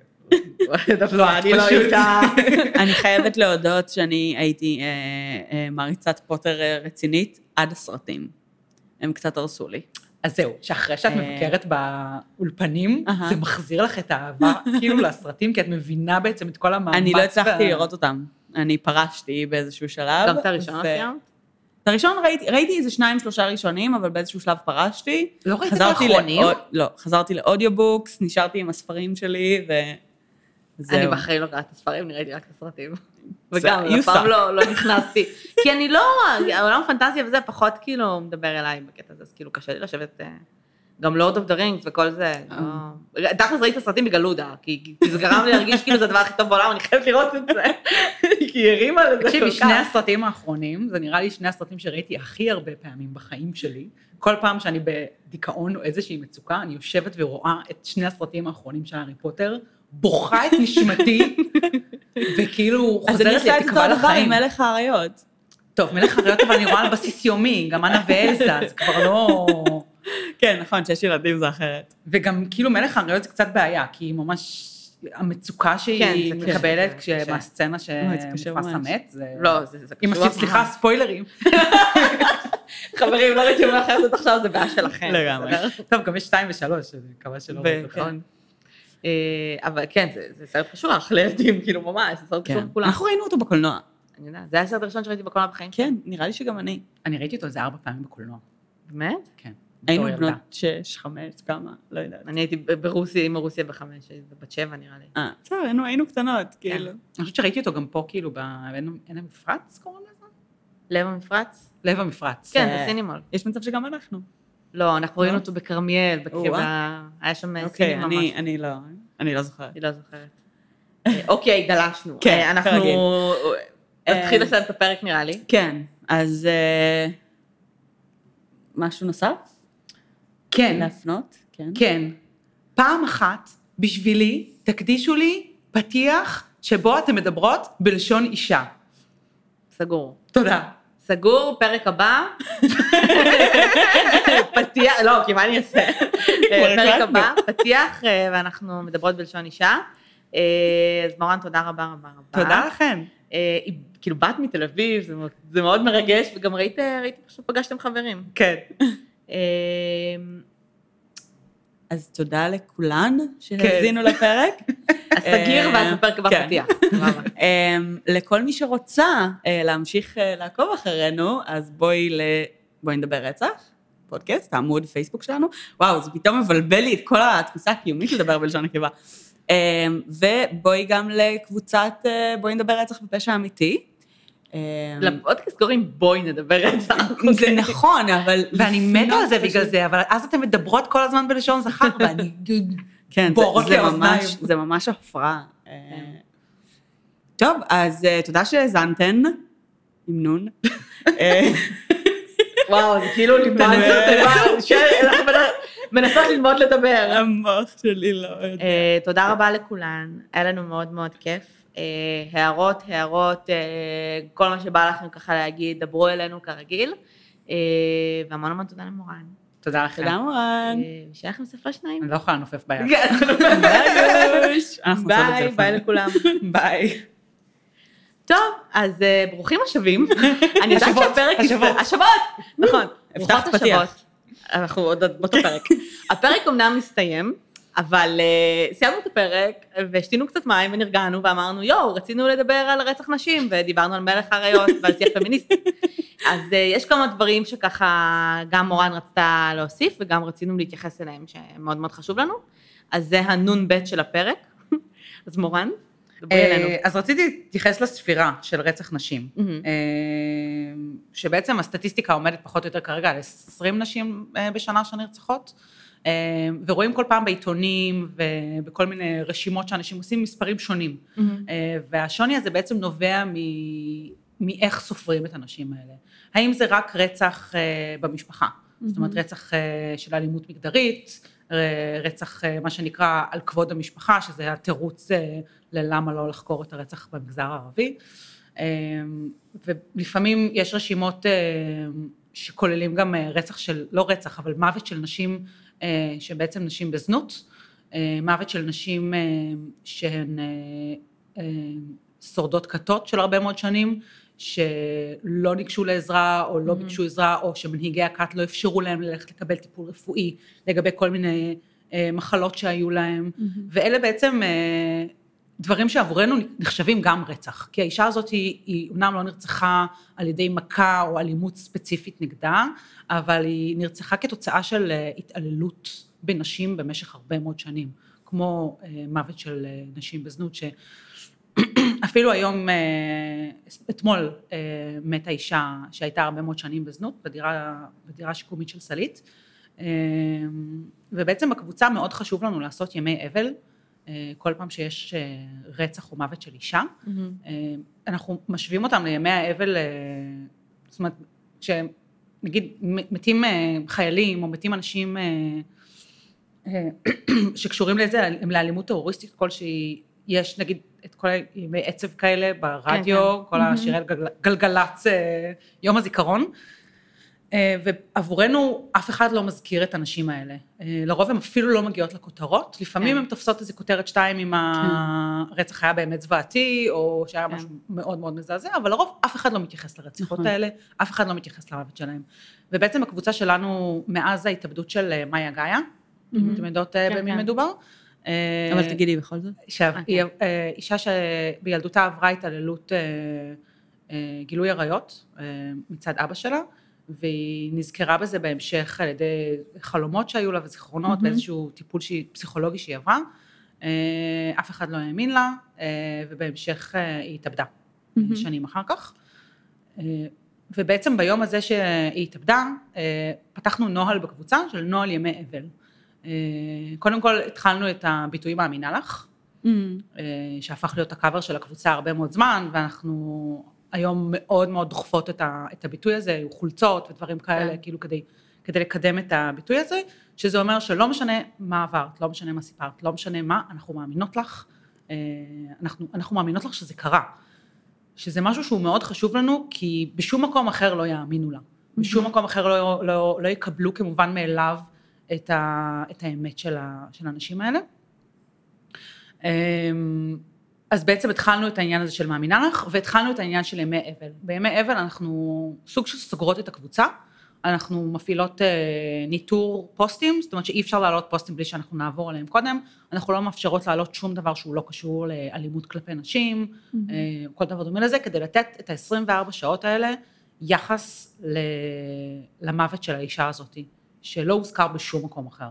לא, אני לא פשוט. איתה. אני חייבת להודות שאני הייתי אה, אה, מעריצת פוטר אה, רצינית עד הסרטים. הם קצת הרסו לי. אז זהו, שאחרי שאת אה. מבקרת באולפנים, אהה. זה מחזיר לך את האהבה, כאילו לסרטים, כי את מבינה בעצם את כל המאמץ. אני לא הצלחתי וה- לראות אותם. אני פרשתי באיזשהו שלב. גם את הראשון לא ו- סיימת? את הראשון ראיתי, ראיתי איזה שניים, שלושה ראשונים, אבל באיזשהו שלב פרשתי. לא ראית את חזרתי האחרונים? לעוד- לא, חזרתי לאודיובוקס, נשארתי עם הספרים שלי, ו... אני זהו. בחיים לא קראת את הספרים, נראיתי רק את הסרטים. זה- וגם, you אף פעם suck. לא לא נכנסתי. כי אני לא, העולם הפנטזיה וזה פחות כאילו מדבר אליי בקטע הזה, אז כאילו קשה לי לשבת, אה, גם לורד אוף דה רינגס וכל זה. לא- תכלס ראיתי את הסרטים בגלל לודה, כי כי זה גרם לי להרגיש כאילו זה הדבר הכי טוב בעולם, אני חייבת לראות את זה. כי היא הרימה לזה כל תקשיבי, כך. שני הסרטים האחרונים, זה נראה לי שני הסרטים שראיתי הכי הרבה פעמים בחיים שלי. כל פעם שאני בדיכאון או איזושהי מצוקה, אני יושבת ורואה את שני הסרטים האחרונים של הארי פוטר, בוכה את נשמתי, וכאילו אז אני חוזרת לי עושה את אותו התקווה דבר עם לחיים. מלך האריות. טוב, מלך האריות, אבל אני רואה על בסיס יומי, גם אנה ואלזה, זה כבר לא... כן, נכון, שיש ילדים זה אחרת. וגם כאילו מלך האריות זה קצת בעיה, כי היא ממש... המצוקה כן, שהיא זה קשה, מקבלת, זה כשמהסצנה אוי, זה קשה שמופס ממש. המת, זה... לא, זה זה אם קשור. עשית, סליחה, ספוילרים. חברים, לא ראיתי מה אחרת את עכשיו, זה בעיה שלכם. לגמרי. בסדר? טוב, גם יש שתיים ושלוש, אני מקווה שלא... ו- ראית אותם. נכון. אה, אבל כן, זה זה סרט קשוח לילדים, כאילו ממש, זה סרט קשוח כן. לכולם. אנחנו ראינו אותו בקולנוע. אני יודעת, זה היה הסרט הראשון שראיתי בקולנוע בחיים. כן, נראה לי שגם אני. אני ראיתי אותו איזה ארבע פעמים בקולנוע. באמת? כן. היינו בתור בנות ילדה. שש, חמש, כמה, לא יודעת. אני הייתי ברוסיה, עם הרוסיה בחמש, הייתי בת שבע נראה לי. אה, בסדר, היינו- היינו קטנות, כאילו. אני חושבת שראיתי אותו גם פה, כאילו, ב... אין המפרץ, קוראים לזה? לב המפרץ? לב המפרץ. כן, אה, בסינימול. יש מצב שגם אנחנו. לא, אנחנו ראינו לא? אותו בכרמיאל, או, בקבע, היה שם אוקיי, סינימה אני- ממש. אני לא, אני לא זוכרת. אני לא זוכרת. אה, אוקיי, גלשנו. כן, אה, אנחנו כרגיל. נתחיל אה, לסיים את הפרק נראה לי. כן, אז אה, משהו נוסף? כן, להפנות? כן. כן. פעם אחת, בשבילי, תקדישו לי פתיח שבו אתן מדברות בלשון אישה. סגור. תודה. סגור, פרק הבא. פתיח, לא, כי מה אני אעשה? פרק הבא, פתיח, ואנחנו מדברות בלשון אישה. אז מורן, תודה רבה רבה רבה. תודה לכם. היא כאילו בת מתל אביב, זה מאוד מרגש, וגם ראיתי שפגשתם חברים. כן. אז תודה לכולן שהזינו לפרק. הסגיר ואז הפרק הבא פתיח. לכל מי שרוצה להמשיך לעקוב אחרינו, אז בואי נדבר רצח, פודקאסט, העמוד פייסבוק שלנו. וואו, זה פתאום מבלבל לי את כל התפיסה הקיומית לדבר בלשון נקבה. ובואי גם לקבוצת בואי נדבר רצח בפשע אמיתי. לפודקאסט קוראים בואי נדבר רצח. זה נכון, אבל... ואני מתה על זה בגלל זה, אבל אז אתן מדברות כל הזמן בלשון זכר, ואני... כן, זה ממש הפרעה. טוב, אז תודה שהזנתן, עם נון. וואו, זה כאילו לימדנו את זה, אנחנו מנסות ללמוד לדבר. המוח שלי לא יודע. תודה רבה לכולן, היה לנו מאוד מאוד כיף. הערות, הערות, כל מה שבא לכם ככה להגיד, דברו אלינו כרגיל, והמון המון תודה למורן. תודה לכם. תודה מורן. ושיהיה לכם ספר שניים. אני לא יכולה לנופף ביד. ביי, ביי לכולם. ביי. טוב, אז ברוכים השבים. אני יודעת שהפרק... השבות. השבות, נכון. הבטחת פתיח. אנחנו עוד באותו פרק. הפרק אמנם מסתיים, אבל uh, סיימנו את הפרק, ושתינו קצת מים ונרגענו, ואמרנו, יואו, רצינו לדבר על רצח נשים, ודיברנו על מלך האריות ועל שיח פמיניסטי. אז uh, יש כמה דברים שככה גם מורן רצתה להוסיף, וגם רצינו להתייחס אליהם, שמאוד מאוד חשוב לנו. אז זה הנון ב' של הפרק. אז מורן, דברי אלינו. אז רציתי להתייחס לספירה של רצח נשים, שבעצם הסטטיסטיקה עומדת פחות או יותר כרגע על עשרים נשים בשנה שנרצחות, ורואים כל פעם בעיתונים ובכל מיני רשימות שאנשים עושים מספרים שונים, והשוני הזה בעצם נובע מאיך סופרים את הנשים האלה. האם זה רק רצח במשפחה, זאת אומרת רצח של אלימות מגדרית, רצח מה שנקרא על כבוד המשפחה, שזה התירוץ ללמה לא לחקור את הרצח במגזר הערבי, ולפעמים יש רשימות שכוללים גם רצח של, לא רצח, אבל מוות של נשים, שבעצם נשים בזנות, מוות של נשים שהן שורדות כתות של הרבה מאוד שנים, שלא ניגשו לעזרה, או לא ביקשו עזרה, או שמנהיגי הכת לא אפשרו להם ללכת לקבל טיפול רפואי, לגבי כל מיני מחלות שהיו להם, ואלה בעצם דברים שעבורנו נחשבים גם רצח, כי האישה הזאת היא, היא אומנם לא נרצחה על ידי מכה או אלימות ספציפית נגדה, אבל היא נרצחה כתוצאה של התעללות בנשים במשך הרבה מאוד שנים, כמו מוות של נשים בזנות, שאפילו היום, אתמול מתה אישה שהייתה הרבה מאוד שנים בזנות, בדירה, בדירה שיקומית של סלית, ובעצם בקבוצה מאוד חשוב לנו לעשות ימי אבל, כל פעם שיש רצח או מוות של אישה, mm-hmm. אנחנו משווים אותם לימי האבל, זאת אומרת, שנגיד מתים חיילים או מתים אנשים שקשורים לזה, הם לאלימות טרוריסטית כלשהי, יש נגיד את כל ימי עצב כאלה ברדיו, כל השירי גלגלצ, יום הזיכרון, ועבורנו אף אחד לא מזכיר את הנשים האלה. לרוב הן אפילו לא מגיעות לכותרות, לפעמים הן תופסות איזו כותרת שתיים אם הרצח היה באמת זוועתי, או שהיה משהו מאוד מאוד מזעזע, אבל לרוב אף אחד לא מתייחס לרציחות האלה, אף אחד לא מתייחס למוות שלהם. ובעצם הקבוצה שלנו, מאז ההתאבדות של מאיה גאיה, אם אתם יודעות במי מדובר, אבל תגידי בכל זאת. אישה שבילדותה עברה התעללות גילוי עריות מצד אבא שלה, והיא נזכרה בזה בהמשך על ידי חלומות שהיו לה וזיכרונות, ואיזשהו טיפול פסיכולוגי שהיא עברה. אף אחד לא האמין לה, ובהמשך היא התאבדה שנים אחר כך. ובעצם ביום הזה שהיא התאבדה, פתחנו נוהל בקבוצה של נוהל ימי אבל. קודם כל התחלנו את הביטוי מאמינה לך, שהפך להיות הקאבר של הקבוצה הרבה מאוד זמן, ואנחנו היום מאוד מאוד דוחפות את הביטוי הזה, חולצות ודברים כאלה, כאילו כדי, כדי לקדם את הביטוי הזה, שזה אומר שלא משנה מה עברת, לא משנה מה סיפרת, לא משנה מה, אנחנו מאמינות לך, אנחנו, אנחנו מאמינות לך שזה קרה. שזה משהו שהוא מאוד חשוב לנו, כי בשום מקום אחר לא יאמינו לה. בשום מקום אחר לא, לא, לא יקבלו כמובן מאליו את, ה, את האמת של, ה, של האנשים האלה. אז בעצם התחלנו את העניין הזה של מאמינה לך, והתחלנו את העניין של ימי אבל. בימי אבל אנחנו סוג של סוגרות את הקבוצה, אנחנו מפעילות ניטור פוסטים, זאת אומרת שאי אפשר להעלות פוסטים בלי שאנחנו נעבור עליהם קודם, אנחנו לא מאפשרות להעלות שום דבר שהוא לא קשור לאלימות כלפי נשים, mm-hmm. כל דבר דומה לזה, כדי לתת את ה-עשרים וארבע שעות האלה, יחס למוות של האישה הזאת, שלא הוזכר בשום מקום אחר.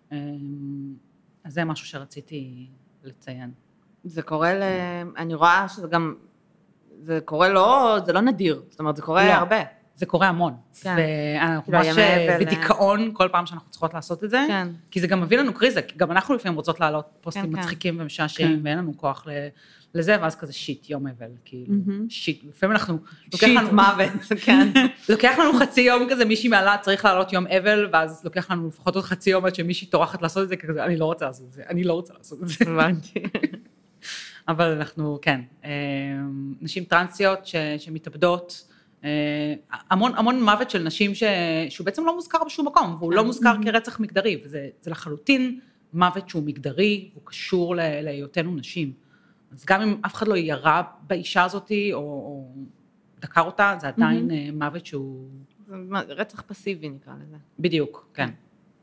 אז זה משהו שרציתי לציין. זה קורה, ל... אני רואה שזה גם, זה קורה לא, זה לא נדיר, זאת אומרת, זה קורה לא. הרבה. זה קורה המון, כן. ואנחנו ממש בדיכאון כל פעם שאנחנו צריכות לעשות את זה, כן. כי זה גם מביא לנו קריזה, כי גם אנחנו לפעמים רוצות לעלות פוסטים כן, מצחיקים כן. ומשעשעים, כן. ואין לנו כוח לזה, ואז כזה שיט, יום אבל, כאילו, שיט, לפעמים אנחנו, שיט, לנו... מוות, כן. לוקח לנו חצי יום כזה, מישהי מעלה צריך לעלות יום אבל, ואז לוקח לנו לפחות עוד חצי יום עד שמישהי טורחת לעשות את זה, כזה, אני לא רוצה לעשות את זה, אני לא רוצה לעשות את זה. הבנתי. אבל אנחנו, כן, נשים טרנסיות ש, שמתאבדות, המון, המון מוות של נשים ש, שהוא בעצם לא מוזכר בשום מקום, והוא לא מוזכר כרצח מגדרי, וזה זה לחלוטין מוות שהוא מגדרי, הוא קשור להיותנו נשים. אז גם אם אף אחד לא ירה באישה הזאת, או, או דקר אותה, זה עדיין מוות שהוא... זה רצח פסיבי נקרא לזה. בדיוק, כן.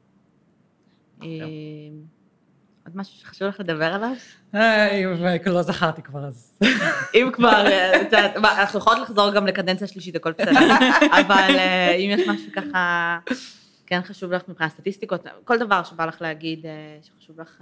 עוד משהו שחשוב לך לדבר עליו? היי, לא זכרתי כבר אז. אם כבר, אנחנו יכולות לחזור גם לקדנציה שלישית, הכל בסדר. אבל אם יש משהו ככה, כן חשוב לך מבחינת סטטיסטיקות, כל דבר שבא לך להגיד שחשוב לך...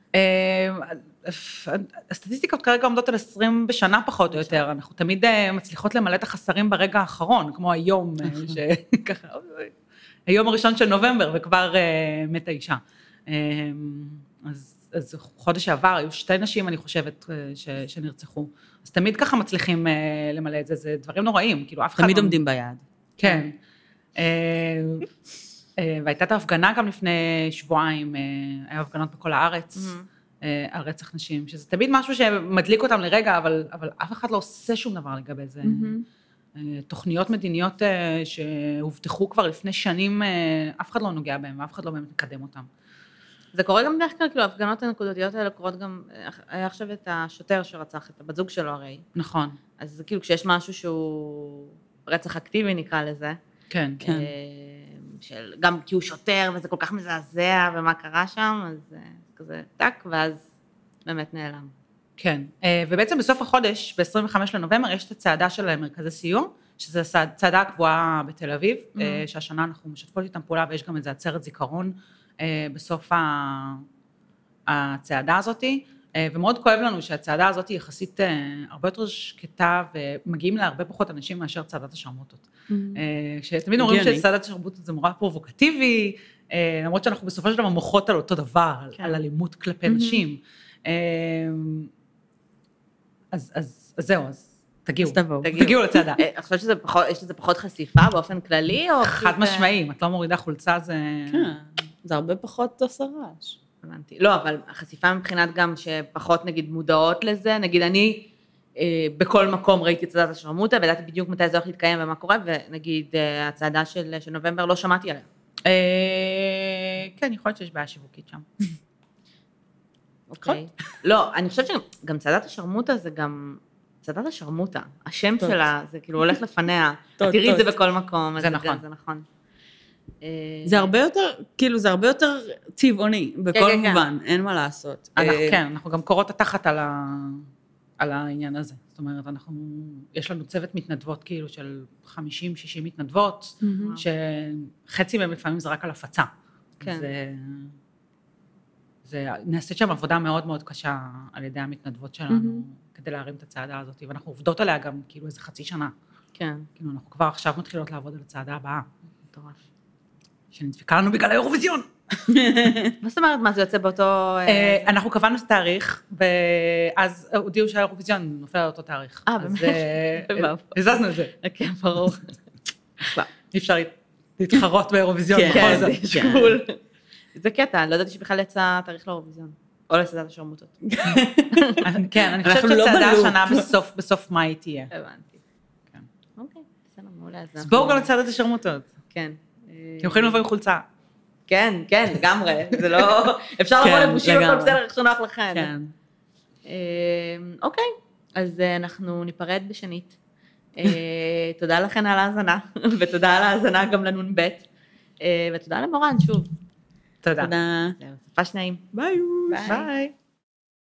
הסטטיסטיקות כרגע עומדות על עשרים בשנה פחות או יותר, אנחנו תמיד מצליחות למלא את החסרים ברגע האחרון, כמו היום, שככה, היום הראשון של נובמבר, וכבר מתה אישה. אז, אז חודש שעבר, היו שתי נשים, אני חושבת, ש, שנרצחו. אז תמיד ככה מצליחים uh, למלא את זה, זה דברים נוראים, כאילו אף אחד... תמיד עומדים ביד. כן. uh, uh, והייתה את ההפגנה גם לפני שבועיים, uh, היה הפגנות בכל הארץ, mm-hmm. uh, על רצח נשים, שזה תמיד משהו שמדליק אותם לרגע, אבל, אבל אף אחד לא עושה שום דבר לגבי זה. Mm-hmm. uh, תוכניות מדיניות uh, שהובטחו כבר לפני שנים, uh, אף אחד לא נוגע בהם, ואף אחד לא באמת מקדם אותם. זה קורה גם בדרך כלל, כאילו, ההפגנות הנקודתיות האלה קורות גם, היה עכשיו את השוטר שרצח את הבת זוג שלו הרי. נכון. אז זה כאילו, כשיש משהו שהוא רצח אקטיבי נקרא לזה. כן, כן. של, גם כי הוא שוטר וזה כל כך מזעזע ומה קרה שם, אז כזה טק, ואז באמת נעלם. כן, ובעצם בסוף החודש, ב-עשרים וחמישה לנובמבר, יש את הצעדה של מרכזי סיוע, שזו צעדה הקבועה בתל אביב, mm-hmm. שהשנה אנחנו משתפות איתם פעולה, ויש גם איזה עצרת זיכרון, בסוף הצעדה הזאת, ומאוד כואב לנו שהצעדה הזאת היא יחסית הרבה יותר שקטה, ומגיעים לה הרבה פחות אנשים מאשר צעדת השרמוטות. שתמיד אומרים שצעדת השרמוטות זה מורה פרובוקטיבי, למרות שאנחנו בסופו של דבר מוחות על אותו דבר, על אלימות כלפי נשים. אז זהו, אז תגיעו, תגיעו לצעדה. אני חושבת שיש לזה פחות חשיפה באופן כללי, או... חד משמעיים, את לא מורידה חולצה, זה... זה הרבה פחות עושה רעש. הבנתי. לא, אבל החשיפה מבחינת גם שפחות נגיד מודעות לזה, נגיד אני אה, בכל מקום ראיתי את צעדת השרמוטה, וידעתי בדיוק מתי זה הולך להתקיים ומה קורה, ונגיד אה, הצעדה של, של נובמבר לא שמעתי עליה. אה, כן, יכול להיות שיש בעיה שיווקית שם. אוקיי. לא, אני חושבת שגם צעדת השרמוטה זה גם, צעדת השרמוטה, השם שלה, זה כאילו הולך לפניה, תראי את זה בכל מקום, זה נכון. זה נכון. זה הרבה יותר, כאילו זה הרבה יותר צבעוני, בכל מובן, אין מה לעשות. כן, אנחנו גם קורות התחת על העניין הזה, זאת אומרת, אנחנו, יש לנו צוות מתנדבות כאילו של חמישים שישים מתנדבות, שחצי מהם לפעמים זה רק על הפצה. כן. זה, נעשית שם עבודה מאוד מאוד קשה על ידי המתנדבות שלנו, כדי להרים את הצעדה הזאת, ואנחנו עובדות עליה גם כאילו איזה חצי שנה. כן. כאילו אנחנו כבר עכשיו מתחילות לעבוד על הצעדה הבאה. מטורף. שנדפקה לנו בגלל האירוויזיון. מה זאת אומרת, מה זה יוצא באותו... אנחנו קבענו את התאריך, ואז הודיעו שהאירוויזיון נופל על אותו תאריך. אה, באמת? הזזנו את זה. כן, ברור. אי אפשר להתחרות באירוויזיון. כן, זה שקול. זה קטע, לא ידעתי שבכלל יצא תאריך לאירוויזיון. או לצדת השרמוטות. כן, אני חושבת אנחנו לא שצעדה בלופ. השנה בסוף, בסוף מאי תהיה. הבנתי. כן. אוקיי, בסדר, מעולה. אז אנחנו- בואו גם לצדת השרמוטות. כן. אתם יכולים לבוא עם חולצה. כן, כן, לגמרי. זה לא... אפשר לבוא כן, לבושים, הכל לגמרי. בסדר, איך שנוח לכם. כן. אה, אוקיי, אז אה, אנחנו ניפרד בשנית. אה, תודה לכן על ההאזנה, ותודה על ההאזנה גם לנון ב', אה, ותודה למורן, שוב. תודה. תודה. זהו, ספה שניים. ביי. ביי. ביי.